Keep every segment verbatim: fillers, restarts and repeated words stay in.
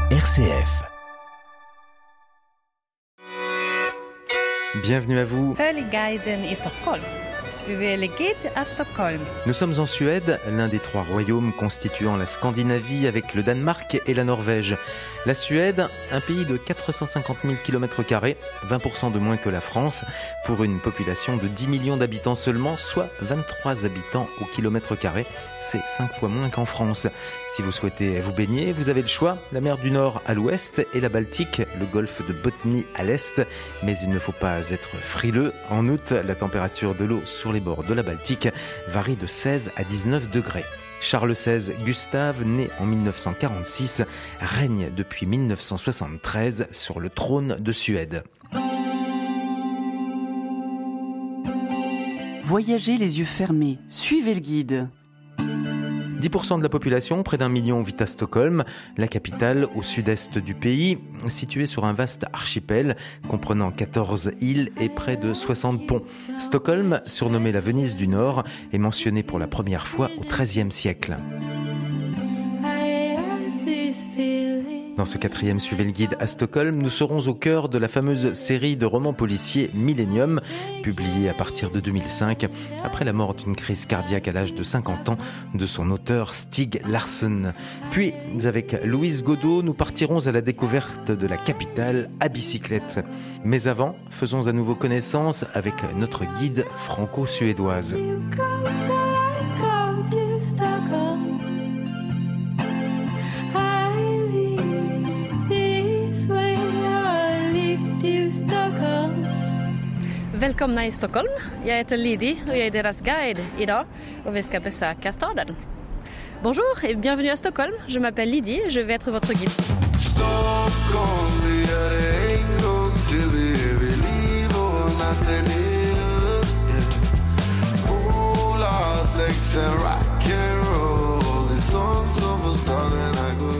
R C F. Bienvenue à vous. Följ guiden i Stockholm. Svevelig à Stockholm. Nous sommes en Suède, l'un des trois royaumes constituant la Scandinavie avec le Danemark et la Norvège. La Suède, un pays de quatre cent cinquante mille kilomètres carrés, vingt pour cent de moins que la France, pour une population de dix millions d'habitants seulement, soit vingt-trois habitants au kilomètre carré. C'est cinq fois moins qu'en France. Si vous souhaitez vous baigner, vous avez le choix. La mer du Nord à l'ouest et la Baltique, le golfe de Botnie à l'est. Mais il ne faut pas être frileux. En août, la température de l'eau sur les bords de la Baltique varie de seize à dix-neuf degrés. Charles seize Gustave, né en mille neuf cent quarante-six, règne depuis mille neuf cent soixante-treize sur le trône de Suède. Voyagez les yeux fermés, suivez le guide. dix pour cent de la population, près d'un million, vit à Stockholm, la capitale au sud-est du pays, située sur un vaste archipel comprenant quatorze îles et près de soixante ponts. Stockholm, surnommée la Venise du Nord, est mentionnée pour la première fois au treizième siècle. Dans ce quatrième Suivez le guide à Stockholm, nous serons au cœur de la fameuse série de romans policiers Millennium, publiée à partir de deux mille cinq, après la mort d'une crise cardiaque à l'âge de cinquante ans de son auteur Stieg Larsson. Puis, avec Louise Godot, nous partirons à la découverte de la capitale à bicyclette. Mais avant, faisons à nouveau connaissance avec notre guide franco-suédoise. Välkomna i Stockholm. Jag heter Lidi och jag är deras guide idag och vi ska besöka staden. Bonjour et bienvenue à Stockholm. Je m'appelle Lidi et je vais être votre guide. Stockholm, vi är det en gång till vi evig liv och natten är Ola, sex and rock'n'roll. Det är sånt som får staden att gå.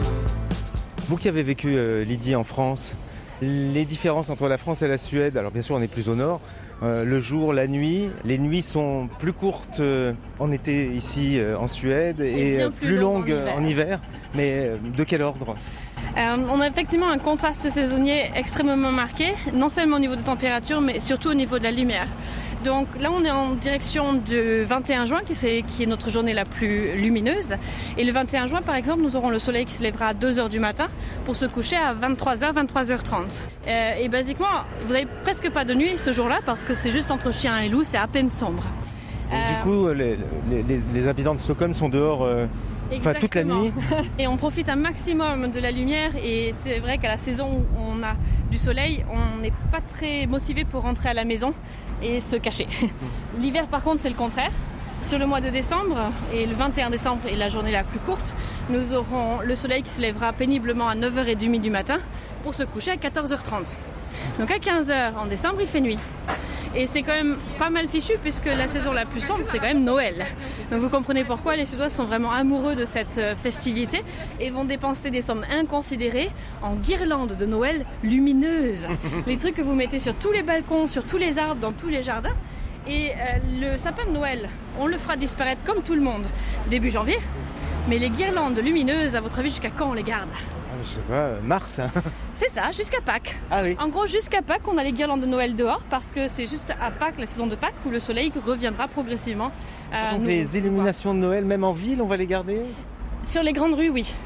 Vous qui avez vécu euh, Lydie en France, les différences entre la France et la Suède, alors bien sûr on est plus au nord, euh, le jour, la nuit, les nuits sont plus courtes euh, en été ici euh, en Suède et, et plus, plus longues en hiver. en hiver, mais euh, de quel ordre ? Euh, on a effectivement un contraste saisonnier extrêmement marqué, non seulement au niveau de température, mais surtout au niveau de la lumière. Donc là, on est en direction du vingt et un juin, qui, c'est, qui est notre journée la plus lumineuse. Et le vingt et un juin, par exemple, nous aurons le soleil qui se lèvera à deux heures du matin pour se coucher à vingt-trois heures, vingt-trois heures trente. Euh, et basiquement, vous n'avez presque pas de nuit ce jour-là parce que c'est juste entre chien et loup, c'est à peine sombre. Donc, euh... Du coup, les, les, les habitants de Stockholm sont dehors euh... Enfin, toute la nuit. Et on profite un maximum de la lumière et c'est vrai qu'à la saison où on a du soleil, on n'est pas très motivé pour rentrer à la maison et se cacher. L'hiver par contre c'est le contraire. Sur le mois de décembre et le vingt et un décembre est la journée la plus courte, nous aurons le soleil qui se lèvera péniblement à neuf heures trente du matin pour se coucher à quatorze heures trente. Donc à quinze heures en décembre il fait nuit. Et c'est quand même pas mal fichu puisque la saison la plus sombre, c'est quand même Noël. Donc vous comprenez pourquoi les Suédois sont vraiment amoureux de cette festivité et vont dépenser des sommes inconsidérées en guirlandes de Noël lumineuses. Les trucs que vous mettez sur tous les balcons, sur tous les arbres, dans tous les jardins. Et euh, le sapin de Noël, on le fera disparaître comme tout le monde début janvier. Mais les guirlandes lumineuses, à votre avis, jusqu'à quand on les garde ? Je sais pas, mars hein. C'est ça, jusqu'à Pâques. Ah oui. En gros, jusqu'à Pâques, on a les guirlandes de Noël dehors parce que c'est juste à Pâques, la saison de Pâques, où le soleil reviendra progressivement. Euh, Donc nous, les illuminations de Noël, même en ville, on va les garder ? Sur les grandes rues, oui.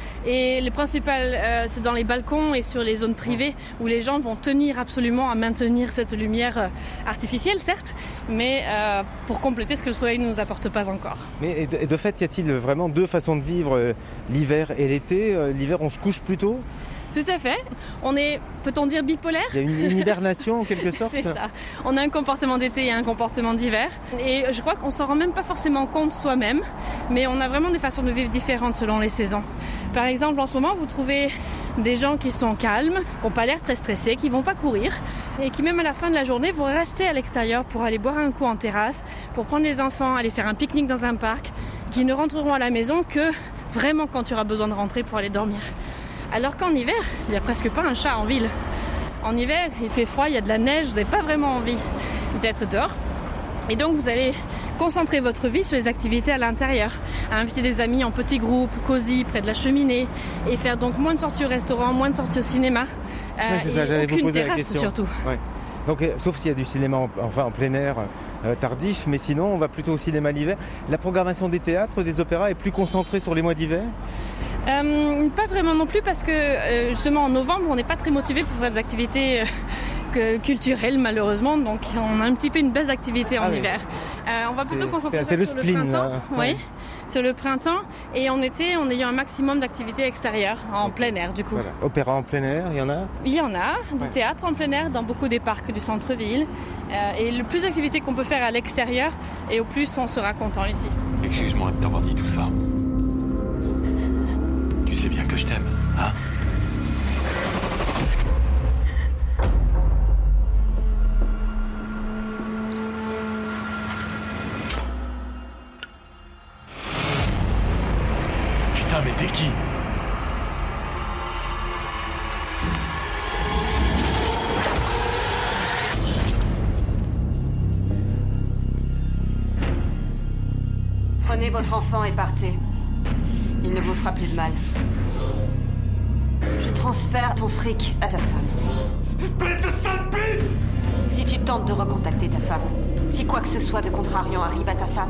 Et le principal, euh, c'est dans les balcons et sur les zones privées où les gens vont tenir absolument à maintenir cette lumière euh, artificielle, certes, mais euh, pour compléter ce que le soleil ne nous apporte pas encore. Mais et de, et de fait, y a-t-il vraiment deux façons de vivre, euh, l'hiver et l'été ? euh, L'hiver, on se couche plus tôt ? Tout à fait. On est, peut-on dire, bipolaire ? Il y a une, une hibernation en quelque sorte. C'est ça. On a un comportement d'été et un comportement d'hiver. Et je crois qu'on s'en rend même pas forcément compte soi-même, mais on a vraiment des façons de vivre différentes selon les saisons. Par exemple, en ce moment, vous trouvez des gens qui sont calmes, qui n'ont pas l'air très stressés, qui vont pas courir et qui même à la fin de la journée vont rester à l'extérieur pour aller boire un coup en terrasse, pour prendre les enfants, aller faire un pique-nique dans un parc, qui ne rentreront à la maison que vraiment quand tu auras besoin de rentrer pour aller dormir. Alors qu'en hiver, il n'y a presque pas un chat en ville. En hiver, il fait froid, il y a de la neige, vous n'avez pas vraiment envie d'être dehors. Et donc vous allez concentrer votre vie sur les activités à l'intérieur, à inviter des amis en petits groupes, cosy, près de la cheminée, et faire donc moins de sorties au restaurant, moins de sorties au cinéma, euh, ouais, c'est ça, et j'allais aucune vous poser terrasse la question. surtout. Ouais. Donc, euh, sauf s'il y a du cinéma en, enfin, en plein air euh, tardif, mais sinon on va plutôt au cinéma l'hiver. La programmation des théâtres, des opéras est plus concentrée sur les mois d'hiver ? Euh, pas vraiment non plus parce que euh, justement en novembre on n'est pas très motivé pour faire des activités euh, que, culturelles malheureusement, donc on a un petit peu une baisse d'activité en ah, hiver. Oui. Euh, on va plutôt c'est, concentrer c'est, ça c'est sur le le, spleen, printemps, là. oui, Ouais. sur le printemps et en été en ayant un maximum d'activités extérieures en plein air du coup. Voilà. Opéra en plein air, il y en a ? Il y en a, du Ouais. théâtre en plein air dans beaucoup des parcs du centre-ville euh, et le plus d'activités qu'on peut faire à l'extérieur et au plus on sera content ici. Excuse-moi de t'avoir dit tout ça. Tu sais bien que je t'aime, hein ? Putain, mais t'es qui ? Prenez votre enfant et partez. Il ne vous fera plus de mal. Je transfère ton fric à ta femme. Espèce de sale pute ! Si tu tentes de recontacter ta femme, si quoi que ce soit de contrariant arrive à ta femme,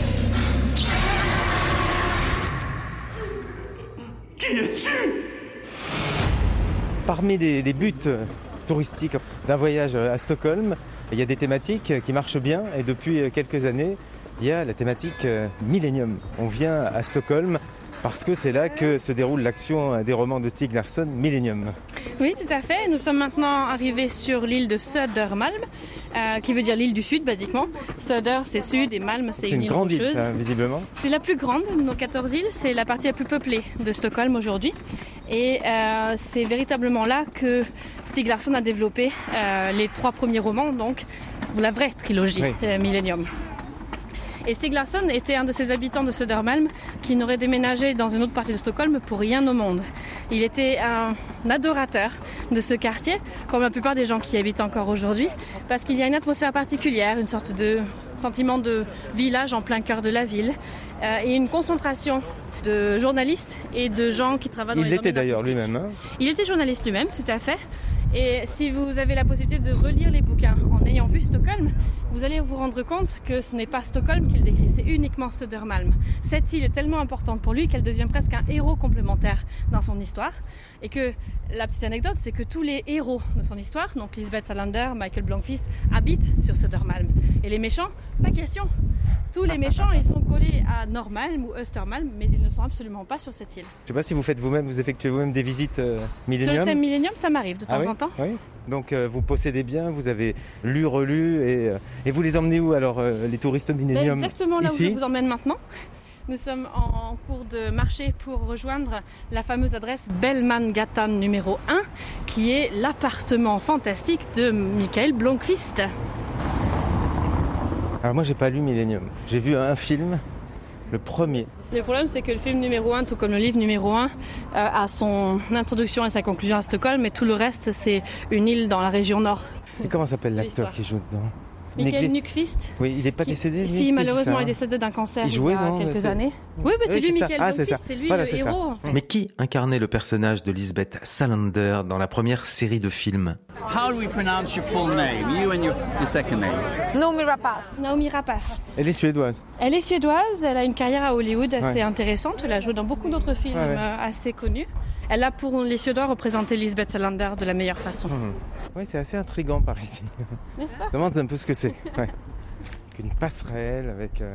Qui es-tu ? Parmi les, les buts euh, touristiques d'un voyage à Stockholm, il y a des thématiques qui marchent bien et depuis quelques années, il y a la thématique euh, Millennium. On vient à Stockholm parce que c'est là que se déroule l'action des romans de Stieg Larsson, Millennium. Oui, tout à fait. Nous sommes maintenant arrivés sur l'île de Södermalm, euh, qui veut dire l'île du Sud, basiquement. Söder, c'est sud, et Malm, c'est, C'est une, une île grande île, rocheuse. ça, visiblement. C'est la plus grande de nos quatorze îles. C'est la partie la plus peuplée de Stockholm aujourd'hui. Et euh, c'est véritablement là que Stieg Larsson a développé euh, les trois premiers romans, donc la vraie trilogie Oui. euh, Millennium. Et Stieg Larsson était un de ces habitants de Södermalm qui n'aurait déménagé dans une autre partie de Stockholm pour rien au monde. Il était un adorateur de ce quartier, comme la plupart des gens qui y habitent encore aujourd'hui, parce qu'il y a une atmosphère particulière, une sorte de sentiment de village en plein cœur de la ville, euh, et une concentration de journalistes et de gens qui travaillent dans Il les l'était domaines d'ailleurs artistiques. lui-même. Hein. Il était journaliste lui-même, tout à fait. Et si vous avez la possibilité de relire les bouquins en ayant vu Stockholm, vous allez vous rendre compte que ce n'est pas Stockholm qu'il décrit, c'est uniquement Södermalm. Cette île est tellement importante pour lui qu'elle devient presque un héros complémentaire dans son histoire. Et que la petite anecdote, c'est que tous les héros de son histoire, donc Lisbeth Salander, Michael Blomqvist, habitent sur Södermalm. Et les méchants, pas question. Tous les méchants, ils sont collés à Norrmalm ou Östermalm, mais ils ne sont absolument pas sur cette île. Je ne sais pas si vous faites vous-même, vous effectuez vous-même des visites euh, Millennium. Sur le thème Millennium, ça m'arrive de temps Ah oui en temps. Oui. Donc euh, vous possédez bien, vous avez lu, relu, et, euh, et vous les emmenez où alors, euh, les touristes Ben, Millennium? exactement là Ici où je vous emmène maintenant. Nous sommes en cours de marché pour rejoindre la fameuse adresse Bellmangatan numéro un, qui est l'appartement fantastique de Michael Blomqvist. Alors moi j'ai pas lu Millennium, j'ai vu un film, le premier. Le problème, c'est que le film numéro un, tout comme le livre numéro un, euh, a son introduction et sa conclusion à Stockholm, mais tout le reste, c'est une île dans la région nord. Et comment s'appelle l'acteur L'histoire. qui joue dedans? Michael Négli- Blomqvist. Oui, il n'est pas Qui- décédé lui Si, c'est malheureusement, ça. il est décédé d'un cancer Il il, jouait, y a non, quelques c'est- années. Oui, bah, c'est Oui, lui, c'est ça. Michael Ah, c'est Blomqvist, ça. c'est lui Voilà, le c'est ça. héros. En fait. Mm. Mais qui incarnait le personnage de Lisbeth Salander dans la première série de films? How do we pronounce your full name? You and your, your second name. Naomi Rapace. Naomi Rapace. Elle est suédoise. Elle est suédoise, elle a une carrière à Hollywood assez Ouais. intéressante. Elle a joué dans beaucoup d'autres films Ouais, ouais. euh, assez connus. Elle a pour les Suédois représenté Lisbeth Salander de la meilleure façon. Mmh. Oui, c'est assez intriguant par ici. N'est-ce pas? Je demande un peu ce que c'est. Ouais. Avec une passerelle, avec euh,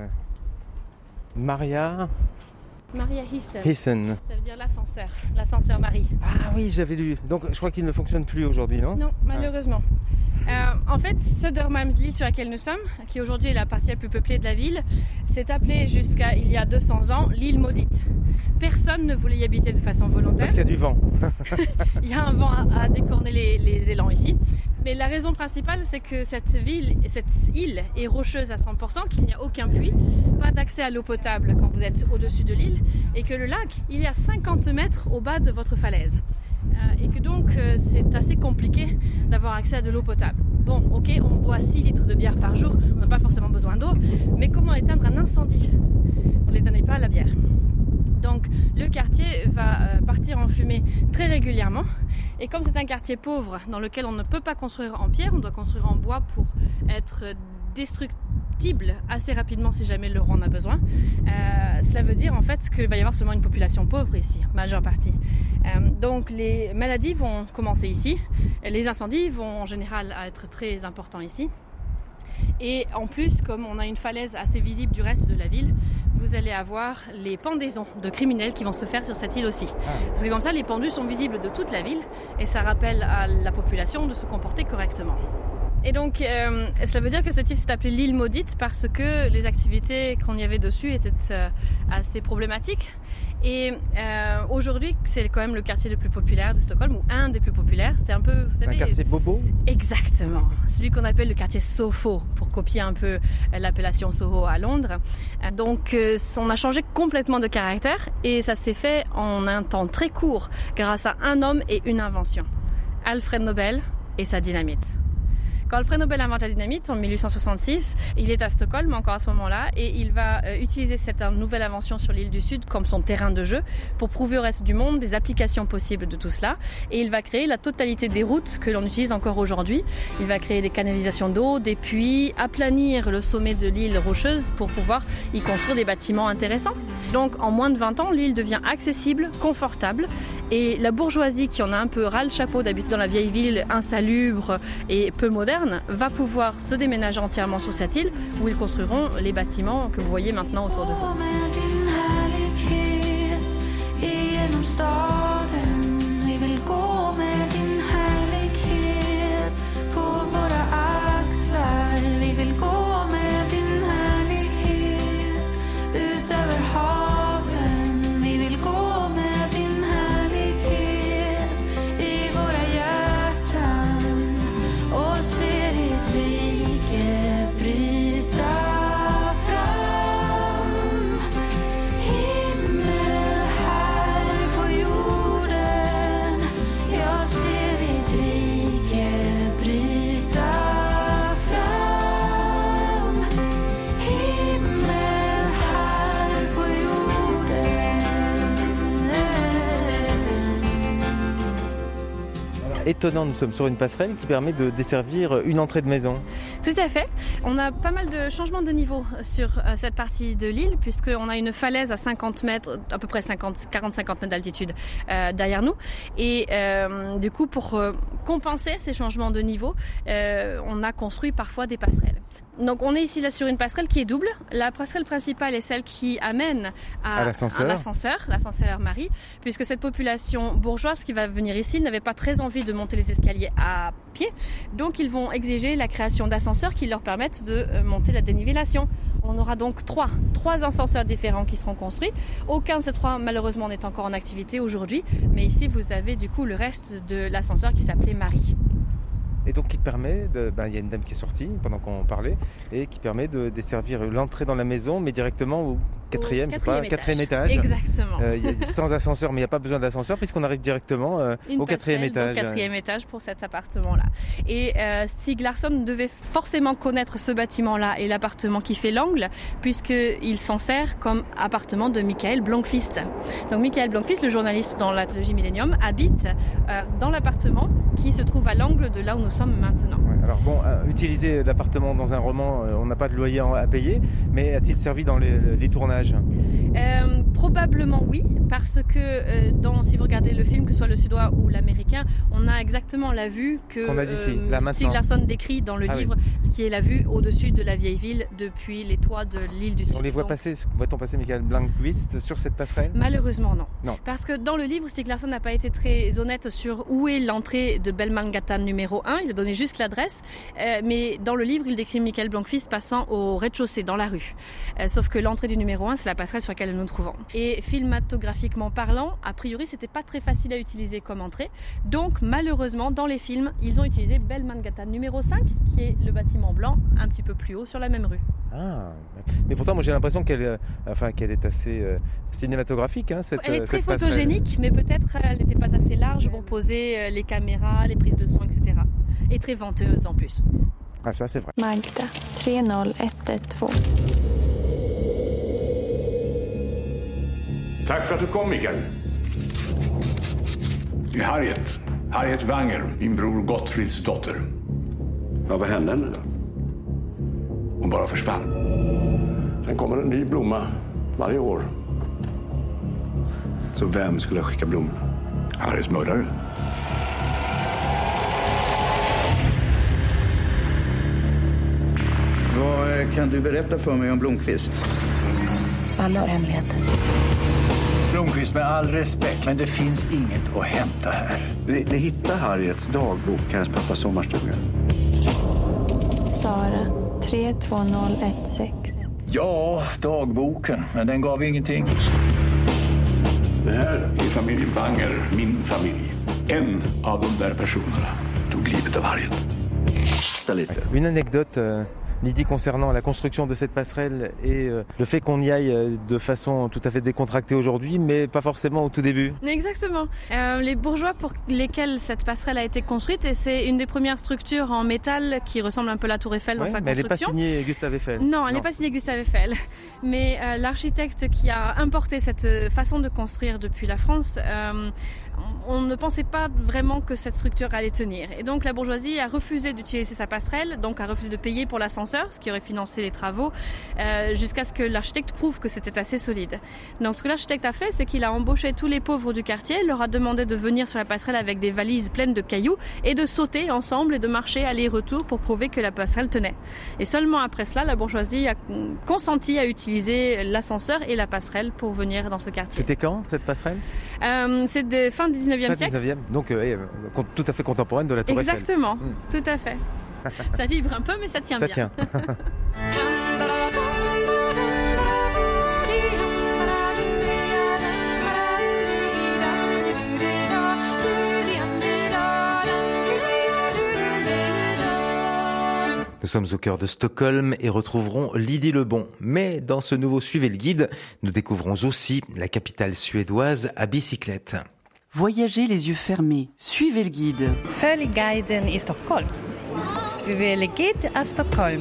Maria Maria Hissen. Hessen. Ça veut dire l'ascenseur, l'ascenseur Marie. Ah oui, j'avais lu. Donc je crois qu'il ne fonctionne plus aujourd'hui, non? Non, malheureusement. Euh, en fait, Södermalm, l'île sur laquelle nous sommes, qui aujourd'hui est la partie la plus peuplée de la ville, s'est appelée jusqu'à il y a deux cents ans l'île maudite. Personne ne voulait y habiter de façon volontaire. Parce qu'il y a du vent. Il y a un vent à, à décorner les, les élans ici. Mais la raison principale, c'est que cette ville, cette île est rocheuse à cent pour cent, qu'il n'y a aucun puits, pas d'accès à l'eau potable quand vous êtes au-dessus de l'île, et que le lac, il est à cinquante mètres au bas de votre falaise. Euh, et que donc, euh, c'est assez compliqué d'avoir accès à de l'eau potable. bon, ok, on boit six litres de bière par jour, on n'a pas forcément besoin d'eau, mais comment éteindre un incendie? On ne l'éteignait pas à la bière. Donc le quartier va partir en fumée très régulièrement, et comme c'est un quartier pauvre dans lequel on ne peut pas construire en pierre, on doit construire en bois pour être destructible assez rapidement si jamais le roi en a besoin. Euh, cela veut dire en fait qu'il va y avoir seulement une population pauvre ici, majeure partie. Euh, donc les maladies vont commencer ici, les incendies vont en général être très importants ici. Et en plus, comme on a une falaise assez visible du reste de la ville, vous allez avoir les pendaisons de criminels qui vont se faire sur cette île aussi. Parce que comme ça, les pendus sont visibles de toute la ville et ça rappelle à la population de se comporter correctement. Et donc, euh, ça veut dire que cette île s'est appelée l'île maudite parce que les activités qu'on y avait dessus étaient euh, assez problématiques. Et euh, aujourd'hui, c'est quand même le quartier le plus populaire de Stockholm, ou un des plus populaires. C'est un peu, vous savez... Un quartier bobo ? Exactement. Celui qu'on appelle le quartier Soho, pour copier un peu l'appellation Soho à Londres. Donc, euh, on a changé complètement de caractère et ça s'est fait en un temps très court grâce à un homme et une invention. Alfred Nobel et sa dynamite. Quand Alfred Nobel invente la dynamite en mille huit cent soixante-six, il est à Stockholm encore à ce moment-là et il va euh, utiliser cette nouvelle invention sur l'île du Sud comme son terrain de jeu pour prouver au reste du monde des applications possibles de tout cela. Et il va créer la totalité des routes que l'on utilise encore aujourd'hui. Il va créer des canalisations d'eau, des puits, aplanir le sommet de l'île rocheuse pour pouvoir y construire des bâtiments intéressants. Donc en moins de vingt ans, l'île devient accessible, confortable et la bourgeoisie qui en a un peu ras le chapeau d'habiter dans la vieille ville insalubre et peu moderne va pouvoir se déménager entièrement sur cette île où ils construiront les bâtiments que vous voyez maintenant autour de vous. Étonnant, nous sommes sur une passerelle qui permet de desservir une entrée de maison. Tout à fait. On a pas mal de changements de niveau sur cette partie de l'île puisqu'on a une falaise à cinquante mètres, à peu près cinquante, quarante à cinquante mètres d'altitude euh, derrière nous. Et euh, du coup, pour euh, compenser ces changements de niveau, euh, on a construit parfois des passerelles. Donc on est ici là sur une passerelle qui est double. La passerelle principale est celle qui amène à, à l'ascenseur. à l'ascenseur, l'ascenseur Marie, puisque cette population bourgeoise qui va venir ici n'avait pas très envie de monter les escaliers à pied. Donc ils vont exiger la création d'ascenseurs qui leur permettent de monter la dénivellation. On aura donc trois, trois ascenseurs différents qui seront construits. Aucun de ces trois malheureusement n'est encore en activité aujourd'hui, mais ici vous avez du coup le reste de l'ascenseur qui s'appelait Marie. Et donc qui permet, de, ben, il y a une dame qui est sortie pendant qu'on parlait, et qui permet de desservir l'entrée dans la maison, mais directement au quatrième, au je quatrième, crois, étage. quatrième étage. Exactement. Euh, il y a, sans ascenseur, mais il n'y a pas besoin d'ascenseur puisqu'on arrive directement euh, au quatrième étage. Au quatrième étage pour cet appartement-là. Et euh, Stieg Larsson devait forcément connaître ce bâtiment-là et l'appartement qui fait l'angle, puisqu'il s'en sert comme appartement de Michael Blomqvist. Donc Michael Blomqvist, le journaliste dans la trilogie Millennium, habite euh, dans l'appartement qui se trouve à l'angle de là où nous sommes maintenant. Ouais, alors bon, euh, utiliser l'appartement dans un roman, euh, on n'a pas de loyer à payer, mais a-t-il servi dans les, les tournages ? Euh, probablement oui, parce que euh, dans, si vous regardez le film, que ce soit le suédois ou l'américain, on a exactement la vue que qu'on a d'ici, euh, là, Stieg Larsson décrit dans le ah, livre, oui. qui est la vue au-dessus de la vieille ville depuis les toits de l'île du Sud. On les voit Donc, passer, voit-on passer Michael Blomqvist sur cette passerelle ? Malheureusement non. non. Parce que dans le livre, Stieg Larsson n'a pas été très honnête sur où est l'entrée de Bellmangatan numéro un, il a donné juste l'adresse, euh, mais dans le livre, il décrit Michael Blomqvist passant au rez-de-chaussée, dans la rue. Euh, sauf que l'entrée du numéro un, c'est la passerelle sur laquelle nous nous trouvons. Et cinématographiquement parlant, a priori, c'était pas très facile à utiliser comme entrée. Donc, malheureusement, dans les films, ils ont utilisé Bellmangatan numéro cinq, qui est le bâtiment blanc, un petit peu plus haut, sur la même rue. Ah, mais pourtant, moi, j'ai l'impression qu'elle, euh, enfin, qu'elle est assez euh, cinématographique, hein, cette Elle est très cette photogénique, mais peut-être elle n'était pas assez large pour poser les caméras, les prises de son, et cetera. et très venteuse en plus. Ah, ça c'est vrai. Magda, tre noll ett ett två. Tack för att du kom, Mikael. Det är Harriet. Harriet Wanger, min bror Gottfrids dotter. Ja, vad hände henne då? Hon bara försvann. Sen kommer en ny blomma varje år. Så vem skulle skicka blommor? Harriets mördare. Vad kan du berätta för mig om Blomqvist? Alla har hemligheter. Blomqvist, med all respekt, men det finns inget att hämta här. Ni, ni hittar Harriets dagbok, hennes pappas sommarstuga. Sara, tre två noll ett sex. Ja, dagboken, men den gav ingenting. Det här är familjen Wanger, min familj. En av de där personerna tog livet av Harriet. Une anecdote, euh, Lydie, concernant la construction de cette passerelle et euh, le fait qu'on y aille euh, de façon tout à fait décontractée aujourd'hui, mais pas forcément au tout début. Exactement. Euh, les bourgeois pour lesquels cette passerelle a été construite, et c'est une des premières structures en métal qui ressemble un peu à la Tour Eiffel Ouais, dans sa mais construction. elle n'est pas signée Gustave Eiffel. Non, elle n'est pas signée Gustave Eiffel. Mais euh, l'architecte qui a importé cette façon de construire depuis la France, euh, on ne pensait pas vraiment que cette structure allait tenir. Et donc la bourgeoisie a refusé d'utiliser sa passerelle, donc a refusé de payer pour l'ascenseur, ce qui aurait financé les travaux, euh, jusqu'à ce que l'architecte prouve que c'était assez solide. Donc ce que l'architecte a fait, c'est qu'il a embauché tous les pauvres du quartier, leur a demandé de venir sur la passerelle avec des valises pleines de cailloux et de sauter ensemble et de marcher aller-retour pour prouver que la passerelle tenait. Et seulement après cela, la bourgeoisie a consenti à utiliser l'ascenseur et la passerelle pour venir dans ce quartier. C'était quand, cette passerelle? euh, C'est de fin du dix-neuvième siècle. dix-neuvième, donc euh, tout à fait contemporaine de la Tour Eiffel. Exactement, mmh. Tout à fait. Ça vibre un peu, mais ça tient ça bien. Tient. Nous sommes au cœur de Stockholm et retrouverons Lydie Lebon. Mais dans ce nouveau Suivez le guide, nous découvrons aussi la capitale suédoise à bicyclette. Voyagez les yeux fermés. Suivez le guide. Följ guiden i Stockholm. Suivez le guide à Stockholm.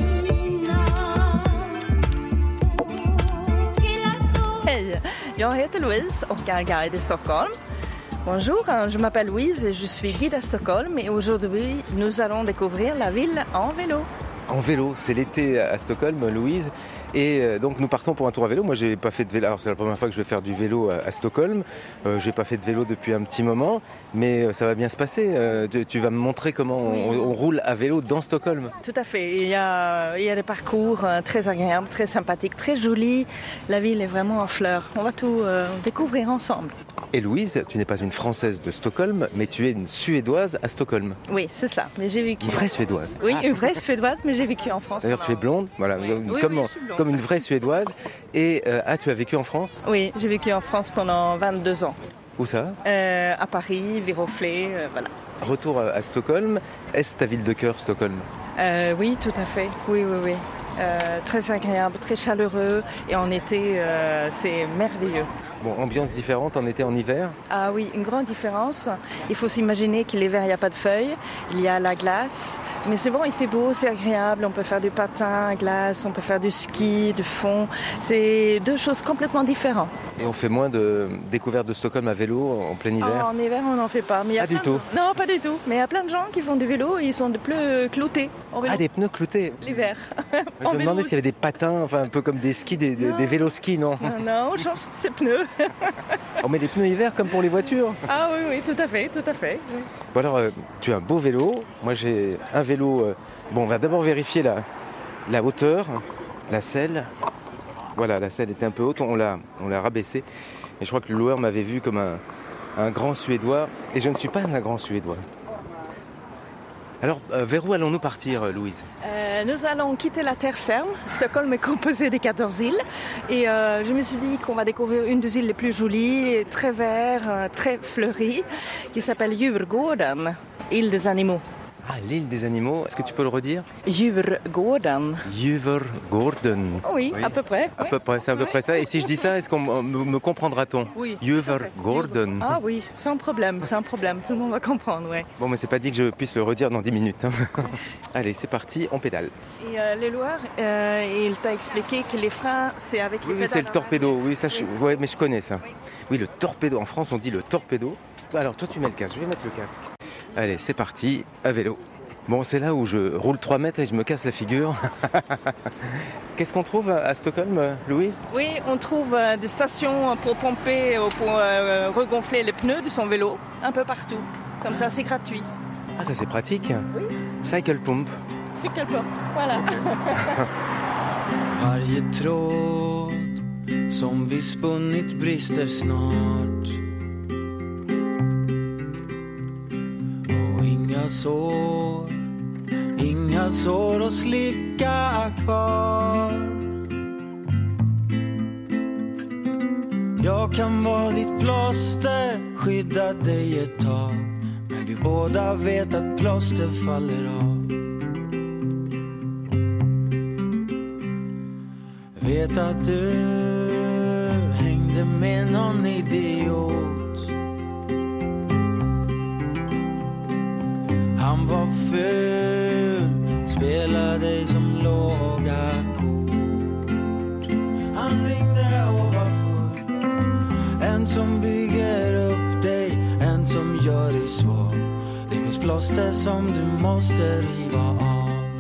Hej, jag heter Louise och är guide i Stockholm. Bonjour, je m'appelle Louise et je suis guide à Stockholm et aujourd'hui nous allons découvrir la ville en vélo. En vélo, c'est l'été à Stockholm, Louise. Et donc nous partons pour un tour à vélo. Moi j'ai pas fait de vélo, alors c'est la première fois que je vais faire du vélo à, à Stockholm. Euh, j'ai pas fait de vélo depuis un petit moment, mais ça va bien se passer. Euh, tu, tu vas me montrer comment oui. on, on roule à vélo dans Stockholm. Tout à fait, il y a, il y a des parcours très agréables, très sympathiques, très jolis. La ville est vraiment en fleurs. On va tout euh, découvrir ensemble. Et Louise, tu n'es pas une Française de Stockholm, mais tu es une Suédoise à Stockholm. Oui, c'est ça. Mais j'ai vécu. Une vraie Suédoise. Oui, une vraie Suédoise, mais j'ai vécu en France. D'ailleurs, pendant... tu es blonde, voilà, oui. comme, Oui, comme, oui, je suis blonde. Comme une vraie Suédoise. Et euh, ah, tu as vécu en France? Oui, j'ai vécu en France pendant vingt-deux ans. Où ça? euh, À Paris, Viroflay, euh, voilà. Retour à, à Stockholm. Est-ce ta ville de cœur, Stockholm? euh, Oui, tout à fait. Oui, oui, oui. Euh, très agréable, très chaleureux. Et en été, euh, c'est merveilleux. Bon, ambiance différente en été, en hiver? Ah oui, une grande différence. Il faut s'imaginer que l'hiver, il n'y a pas de feuilles, il y a la glace. Mais c'est bon, il fait beau, c'est agréable. On peut faire du patin, glace, on peut faire du ski, du fond. C'est deux choses complètement différentes. Et on fait moins de découvertes de Stockholm à vélo en plein hiver? Oh, en hiver, on n'en fait pas. Mais il y a pas du tout de... Non, pas du tout. Mais il y a plein de gens qui font du vélo et ils ont des pneus cloutés. Ah, des pneus cloutés? L'hiver. Je me demandais s'il y avait des patins, enfin un peu comme des skis, des, des, des vélos-skis, non? Non, non, on change ses pneus. On met des pneus hiver comme pour les voitures? Ah oui, oui, tout à fait, tout à fait. Oui. Bon alors, euh, tu as un beau vélo. Moi, j'ai un vélo... Euh... Bon, on va d'abord vérifier la, la hauteur, la selle. Voilà, la selle était un peu haute, on l'a, on l'a rabaissée. Et je crois que le loueur m'avait vu comme un, un grand Suédois. Et je ne suis pas un grand Suédois. Alors, euh, vers où allons-nous partir, Louise? euh, Nous allons quitter la terre ferme. Stockholm est composé de quatorze îles. Et euh, je me suis dit qu'on va découvrir une des îles les plus jolies, très vert, très fleurie, qui s'appelle Djurgården, île des animaux. Ah, l'île des animaux, est-ce que tu peux le redire? Djurgården. Djurgården. Oui, oui, à peu près. À peu près, c'est à peu près ça. Et si je dis ça, est-ce qu'on me, me comprendra-t-on? Oui. Djurgården. Ah oui, sans problème, sans problème. Tout le monde va comprendre, oui. Bon, mais c'est pas dit que je puisse le redire dans dix minutes. Hein. Allez, c'est parti, on pédale. Et euh, le Loir, euh, il t'a expliqué que les freins, c'est avec les oui, pédales. Oui, c'est le torpedo. Oui, ça, oui. Je... Ouais, mais je connais ça. Oui. oui, le torpedo. En France, on dit le torpedo. Alors, toi, tu mets le casque. Je vais mettre le casque. Allez, c'est parti, à vélo. Bon, c'est là où je roule trois mètres et je me casse la figure. Qu'est-ce qu'on trouve à Stockholm, Louise? Oui, on trouve euh, des stations pour pomper, ou pour euh, regonfler les pneus de son vélo, un peu partout. Comme ça, c'est gratuit. Ah, ça c'est pratique. Oui. Cycle pump. Cycle pump, voilà. Varje tråd som vi spunnit brister snart. Och inga sår, inga sår att slicka kvar. Jag kan vara ditt plåster, skydda dig ett tag. Men vi båda vet att plåster faller av. Vet att du hängde med någon idiot. Han var ful, spelade dig som låga kort. Han ringde och var full. En som bygger upp dig, en som gör dig svag. Det finns plåster som du måste riva av.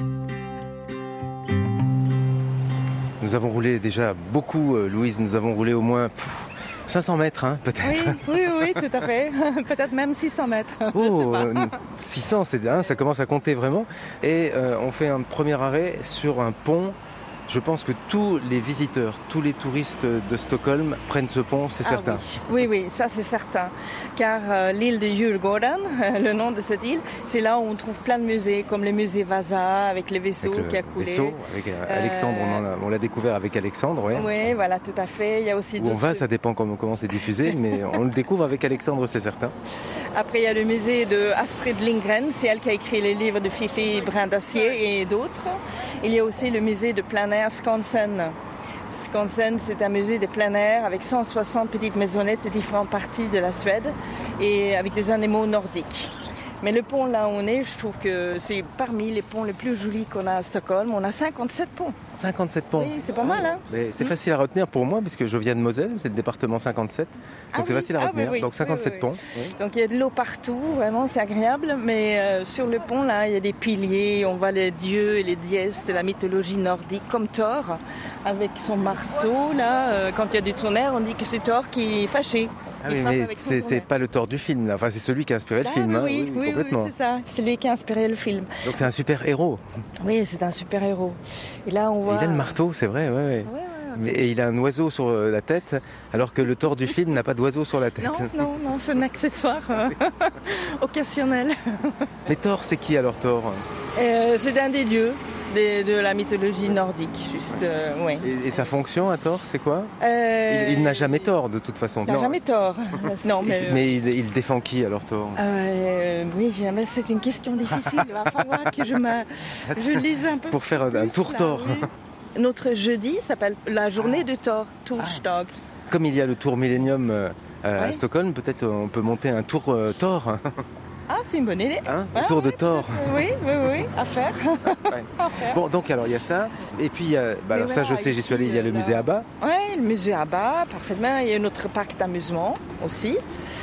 Nous avons roulé déjà beaucoup, Louise. Nous avons roulé au moins pff, cinq cents mètres, hein, peut-être. Oui, oui, oui, tout à fait. Peut-être même six cents mètres. Oh, six cents, c'est, hein, ça commence à compter vraiment. Et euh, on fait un premier arrêt sur un pont. Je pense que tous les visiteurs, tous les touristes de Stockholm prennent ce pont, c'est ah, certain. Oui. oui, oui, ça c'est certain. Car euh, l'île de Djurgården, euh, le nom de cette île, c'est là où on trouve plein de musées, comme le musée Vasa, avec le vaisseau avec le qui a coulé. Vaisseau, avec euh, Alexandre, on, en a, on l'a découvert avec Alexandre. Ouais. Oui, voilà, tout à fait. Il y a aussi où on va, ça dépend comment, comment c'est diffusé, mais on le découvre avec Alexandre, c'est certain. Après, il y a le musée de Astrid Lindgren, c'est elle qui a écrit les livres de Fifi Brin d'Acier et d'autres. Il y a aussi le musée de plein air Skansen. Skansen, c'est un musée de plein air avec cent soixante petites maisonnettes de différentes parties de la Suède et avec des animaux nordiques. Mais le pont là où on est, je trouve que c'est parmi les ponts les plus jolis qu'on a à Stockholm. On a cinquante-sept ponts. cinquante-sept ponts. Oui, c'est pas mal, hein. Mais c'est mmh. facile à retenir pour moi, parce que je viens de Moselle, c'est le département cinquante-sept. Donc ah c'est oui. facile à ah retenir. Oui, oui. Donc cinquante-sept oui, ponts. Oui. Oui. Donc il y a de l'eau partout, vraiment, c'est agréable. Mais euh, sur le pont là, il y a des piliers. On voit les dieux et les déesses de la mythologie nordique, comme Thor, avec son marteau là. Euh, quand il y a du tonnerre, on dit que c'est Thor qui est fâché. Ah oui, mais c'est, c'est pas le Thor du film, là. Enfin, c'est celui qui a inspiré le ah, film, oui, hein. oui, oui, complètement. Oui, c'est ça. C'est lui qui a inspiré le film. Donc c'est un super héros. Oui, c'est un super héros. Et là, on voit. Et il a le marteau, c'est vrai, ouais, ouais. ouais, ouais. Mais, et il a un oiseau sur la tête, alors que le Thor du film n'a pas d'oiseau sur la tête. Non, non, non, c'est un accessoire euh, occasionnel. Mais Thor, c'est qui alors, Thor? euh, C'est un des dieux. De, de la mythologie nordique, juste, euh, ouais. Et, et sa fonction à Thor, c'est quoi? euh... il, il n'a jamais tort, de toute façon. Il n'a jamais tort. Non, mais mais euh... il, il défend qui, alors, Thor? euh, Oui, mais c'est une question difficile. Il va falloir que je, me... je lise un peu pour faire un, plus, un tour là, Thor. Oui. Notre jeudi s'appelle la journée de Thor, Torsdag. Ah. Comme il y a le tour Millennium euh, à ouais. Stockholm, peut-être on peut monter un tour euh, Thor. Ah, c'est une bonne idée. Hein, ah, le tour oui, de Thor. Oui, oui, oui, à faire. Ouais. à faire. Bon, donc alors il y a ça. Et puis, il y a, bah, alors, voilà, ça je sais, j'y suis allé, il y a le là... musée Abba. Oui, le musée Abba, parfaitement. Il y a notre parc d'amusement aussi.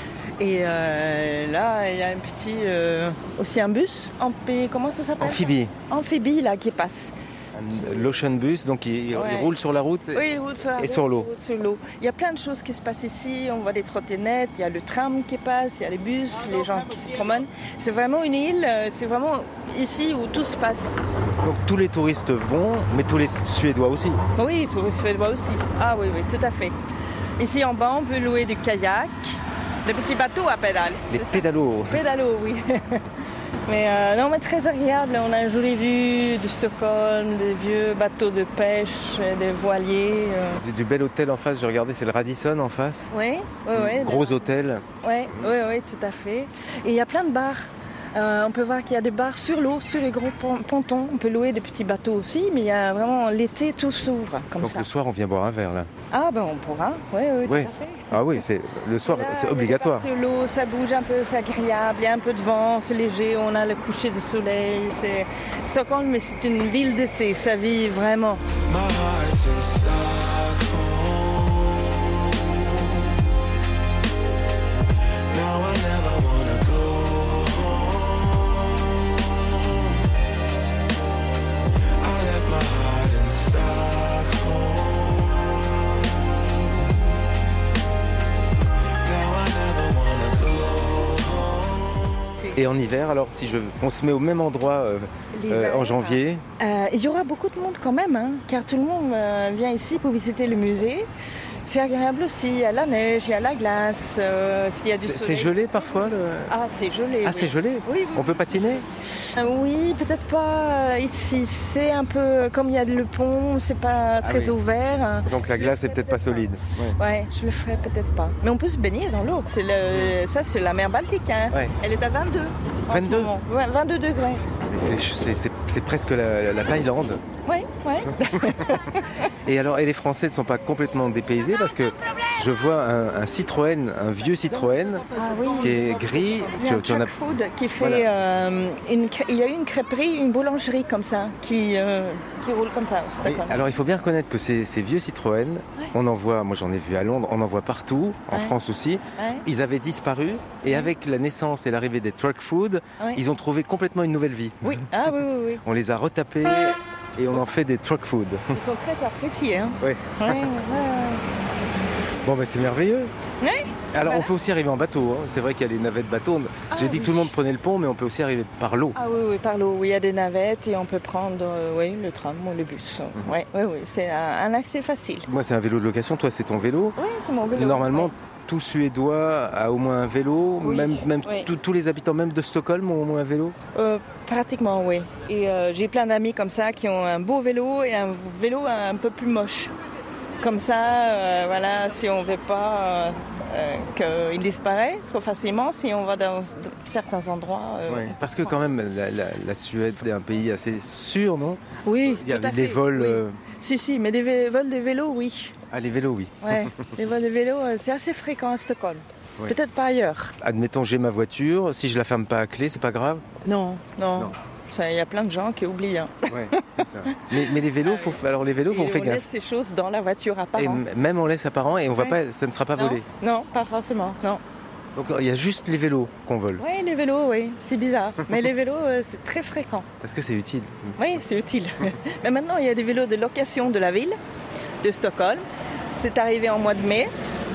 Et euh, là, il y a un petit, euh, aussi un bus, amphibie, comment ça s'appelle? Amphibie. Amphibie, là, qui passe. L'Ocean Bus, donc il, ouais. il roule sur la route oui, il roule sur la et route, sur l'eau. sur l'eau. Il y a plein de choses qui se passent ici. On voit des trottinettes, il y a le tram qui passe, il y a les bus, les gens qui se promènent. C'est vraiment une île, c'est vraiment ici où tout se passe. Donc tous les touristes vont, mais tous les Suédois aussi? Oui, tous les Suédois aussi. Ah oui, oui, tout à fait. Ici en bas, on peut louer du kayak, des petits bateaux à pédales. Des pédalos. Pédalos, oui. Mais euh, non, mais très agréable. On a une jolie vue de Stockholm, des vieux bateaux de pêche, des voiliers. Euh. Du, du bel hôtel en face, j'ai regardé, c'est le Radisson en face. Oui, oui, oui. Gros hôtel. Oui, oui, oui, tout à fait. Et il y a plein de bars. Euh, on peut voir qu'il y a des bars sur l'eau, sur les gros pontons. On peut louer des petits bateaux aussi, mais il y a vraiment l'été, tout s'ouvre comme Donc ça. le soir, on vient boire un verre là. Ah ben on pourra, oui, oui, Ouais. tout à fait. Ah oui, c'est le soir, Voilà, c'est il y a des obligatoire. bars sur l'eau, ça bouge un peu, c'est agréable, il y a un peu de vent, c'est léger, on a le coucher de soleil. C'est... Stockholm, mais c'est une ville d'été, ça vit vraiment. My heart's in Stockholm. Now I never wanna go home. I left my heart in Stockholm. Now I never wanna go home. Et en hiver, alors si je, on se met au même endroit euh, euh, en janvier. Euh, il y aura beaucoup de monde quand même, hein, car tout le monde euh, vient ici pour visiter le musée. C'est agréable aussi, il y a la neige, il y a la glace, euh, s'il y a du C'est, soleil. c'est gelé parfois le... Ah, c'est gelé. Ah, oui. c'est gelé. Oui, oui, On peut patiner. Euh, oui, peut-être pas euh, ici. C'est un peu comme il y a le pont, c'est pas très oui. ouvert. Donc la glace est peut-être pas solide. Ouais. Ouais, je le ferai peut-être pas. Mais on peut se baigner dans l'eau. C'est le, ça, c'est la mer Baltique. Hein. Ouais. Elle est à vingt-deux. en ce vingt-deux? moment. Ouais, vingt-deux degrés. C'est, c'est, c'est, c'est presque la, la Thaïlande. Oui, oui. Et alors, et les Français ne sont pas complètement dépaysés parce que je vois un, un Citroën, un vieux Citroën Ah oui. qui est gris. Il y a un truck food qui fait Voilà. euh, une, crê- il y a une crêperie, une boulangerie comme ça qui, euh, qui roule comme ça au Et Stockholm. alors il faut bien reconnaître que ces, ces vieux Citroën, on en voit, moi j'en ai vu à Londres, on en voit partout, en Ouais. France aussi. Ouais. Ils avaient disparu et avec la naissance et l'arrivée des truck food, Ouais. ils ont trouvé complètement une nouvelle vie. Oui, ah oui, oui, oui. On les a retapés et on en fait des truck food. Ils sont très appréciés. Hein. Oui. Ouais, ouais, Bon ben c'est merveilleux. ouais. Ouais. Alors Voilà. on peut aussi arriver en bateau, hein. C'est vrai qu'il y a les navettes bateau. Ah, J'ai dit oui. que tout le monde prenait le pont, mais on peut aussi arriver par l'eau. Ah oui, oui, par l'eau. Oui, il y a des navettes et on peut prendre euh, oui, le tram ou le bus. Mhm. Oui, oui, oui. C'est un, un accès facile. Moi c'est un vélo de location, toi c'est ton vélo. Oui, c'est mon vélo. Normalement, Ouais. tout Suédois a au moins un vélo, Oui, même, même oui. tous- tous les habitants même de Stockholm ont au moins un vélo. Euh, pratiquement, oui. Et euh, j'ai plein d'amis comme ça qui ont un beau vélo et un vélo un peu plus moche. Comme ça, euh, voilà, si on ne veut pas euh, euh, qu'il disparaisse trop facilement, si on va dans certains endroits. euh, Ouais, parce que quand même, la, la- la Suède est un pays assez sûr, non? Oui, Il y a tout à des fait, vols... oui. euh, Si, si, mais des vé- vols de vélo, oui. Ah, les vélos, oui. Ouais, les vols de vélo, euh, c'est assez fréquent à Stockholm. Ouais. Peut-être pas ailleurs. Admettons, j'ai ma voiture, si je la ferme pas à clé, c'est pas grave? Non, non. Non. Ça, il y a plein de gens qui oublient. Hein. Ouais, c'est ça. Mais, mais les vélos, faut, alors les vélos, Et on fait on gaffe. laisse ces choses dans la voiture à Et parents. m- même on laisse à parents et on va Ouais. pas, ça ne sera pas Non, volé. non, pas forcément, non. Donc il y a juste les vélos qu'on vole, Oui, les vélos, oui, c'est bizarre. Mais les vélos, euh, c'est très fréquent. parce que c'est utile. Oui, c'est utile. Mais maintenant, il y a des vélos de location de la ville, de Stockholm. C'est arrivé en mois de mai.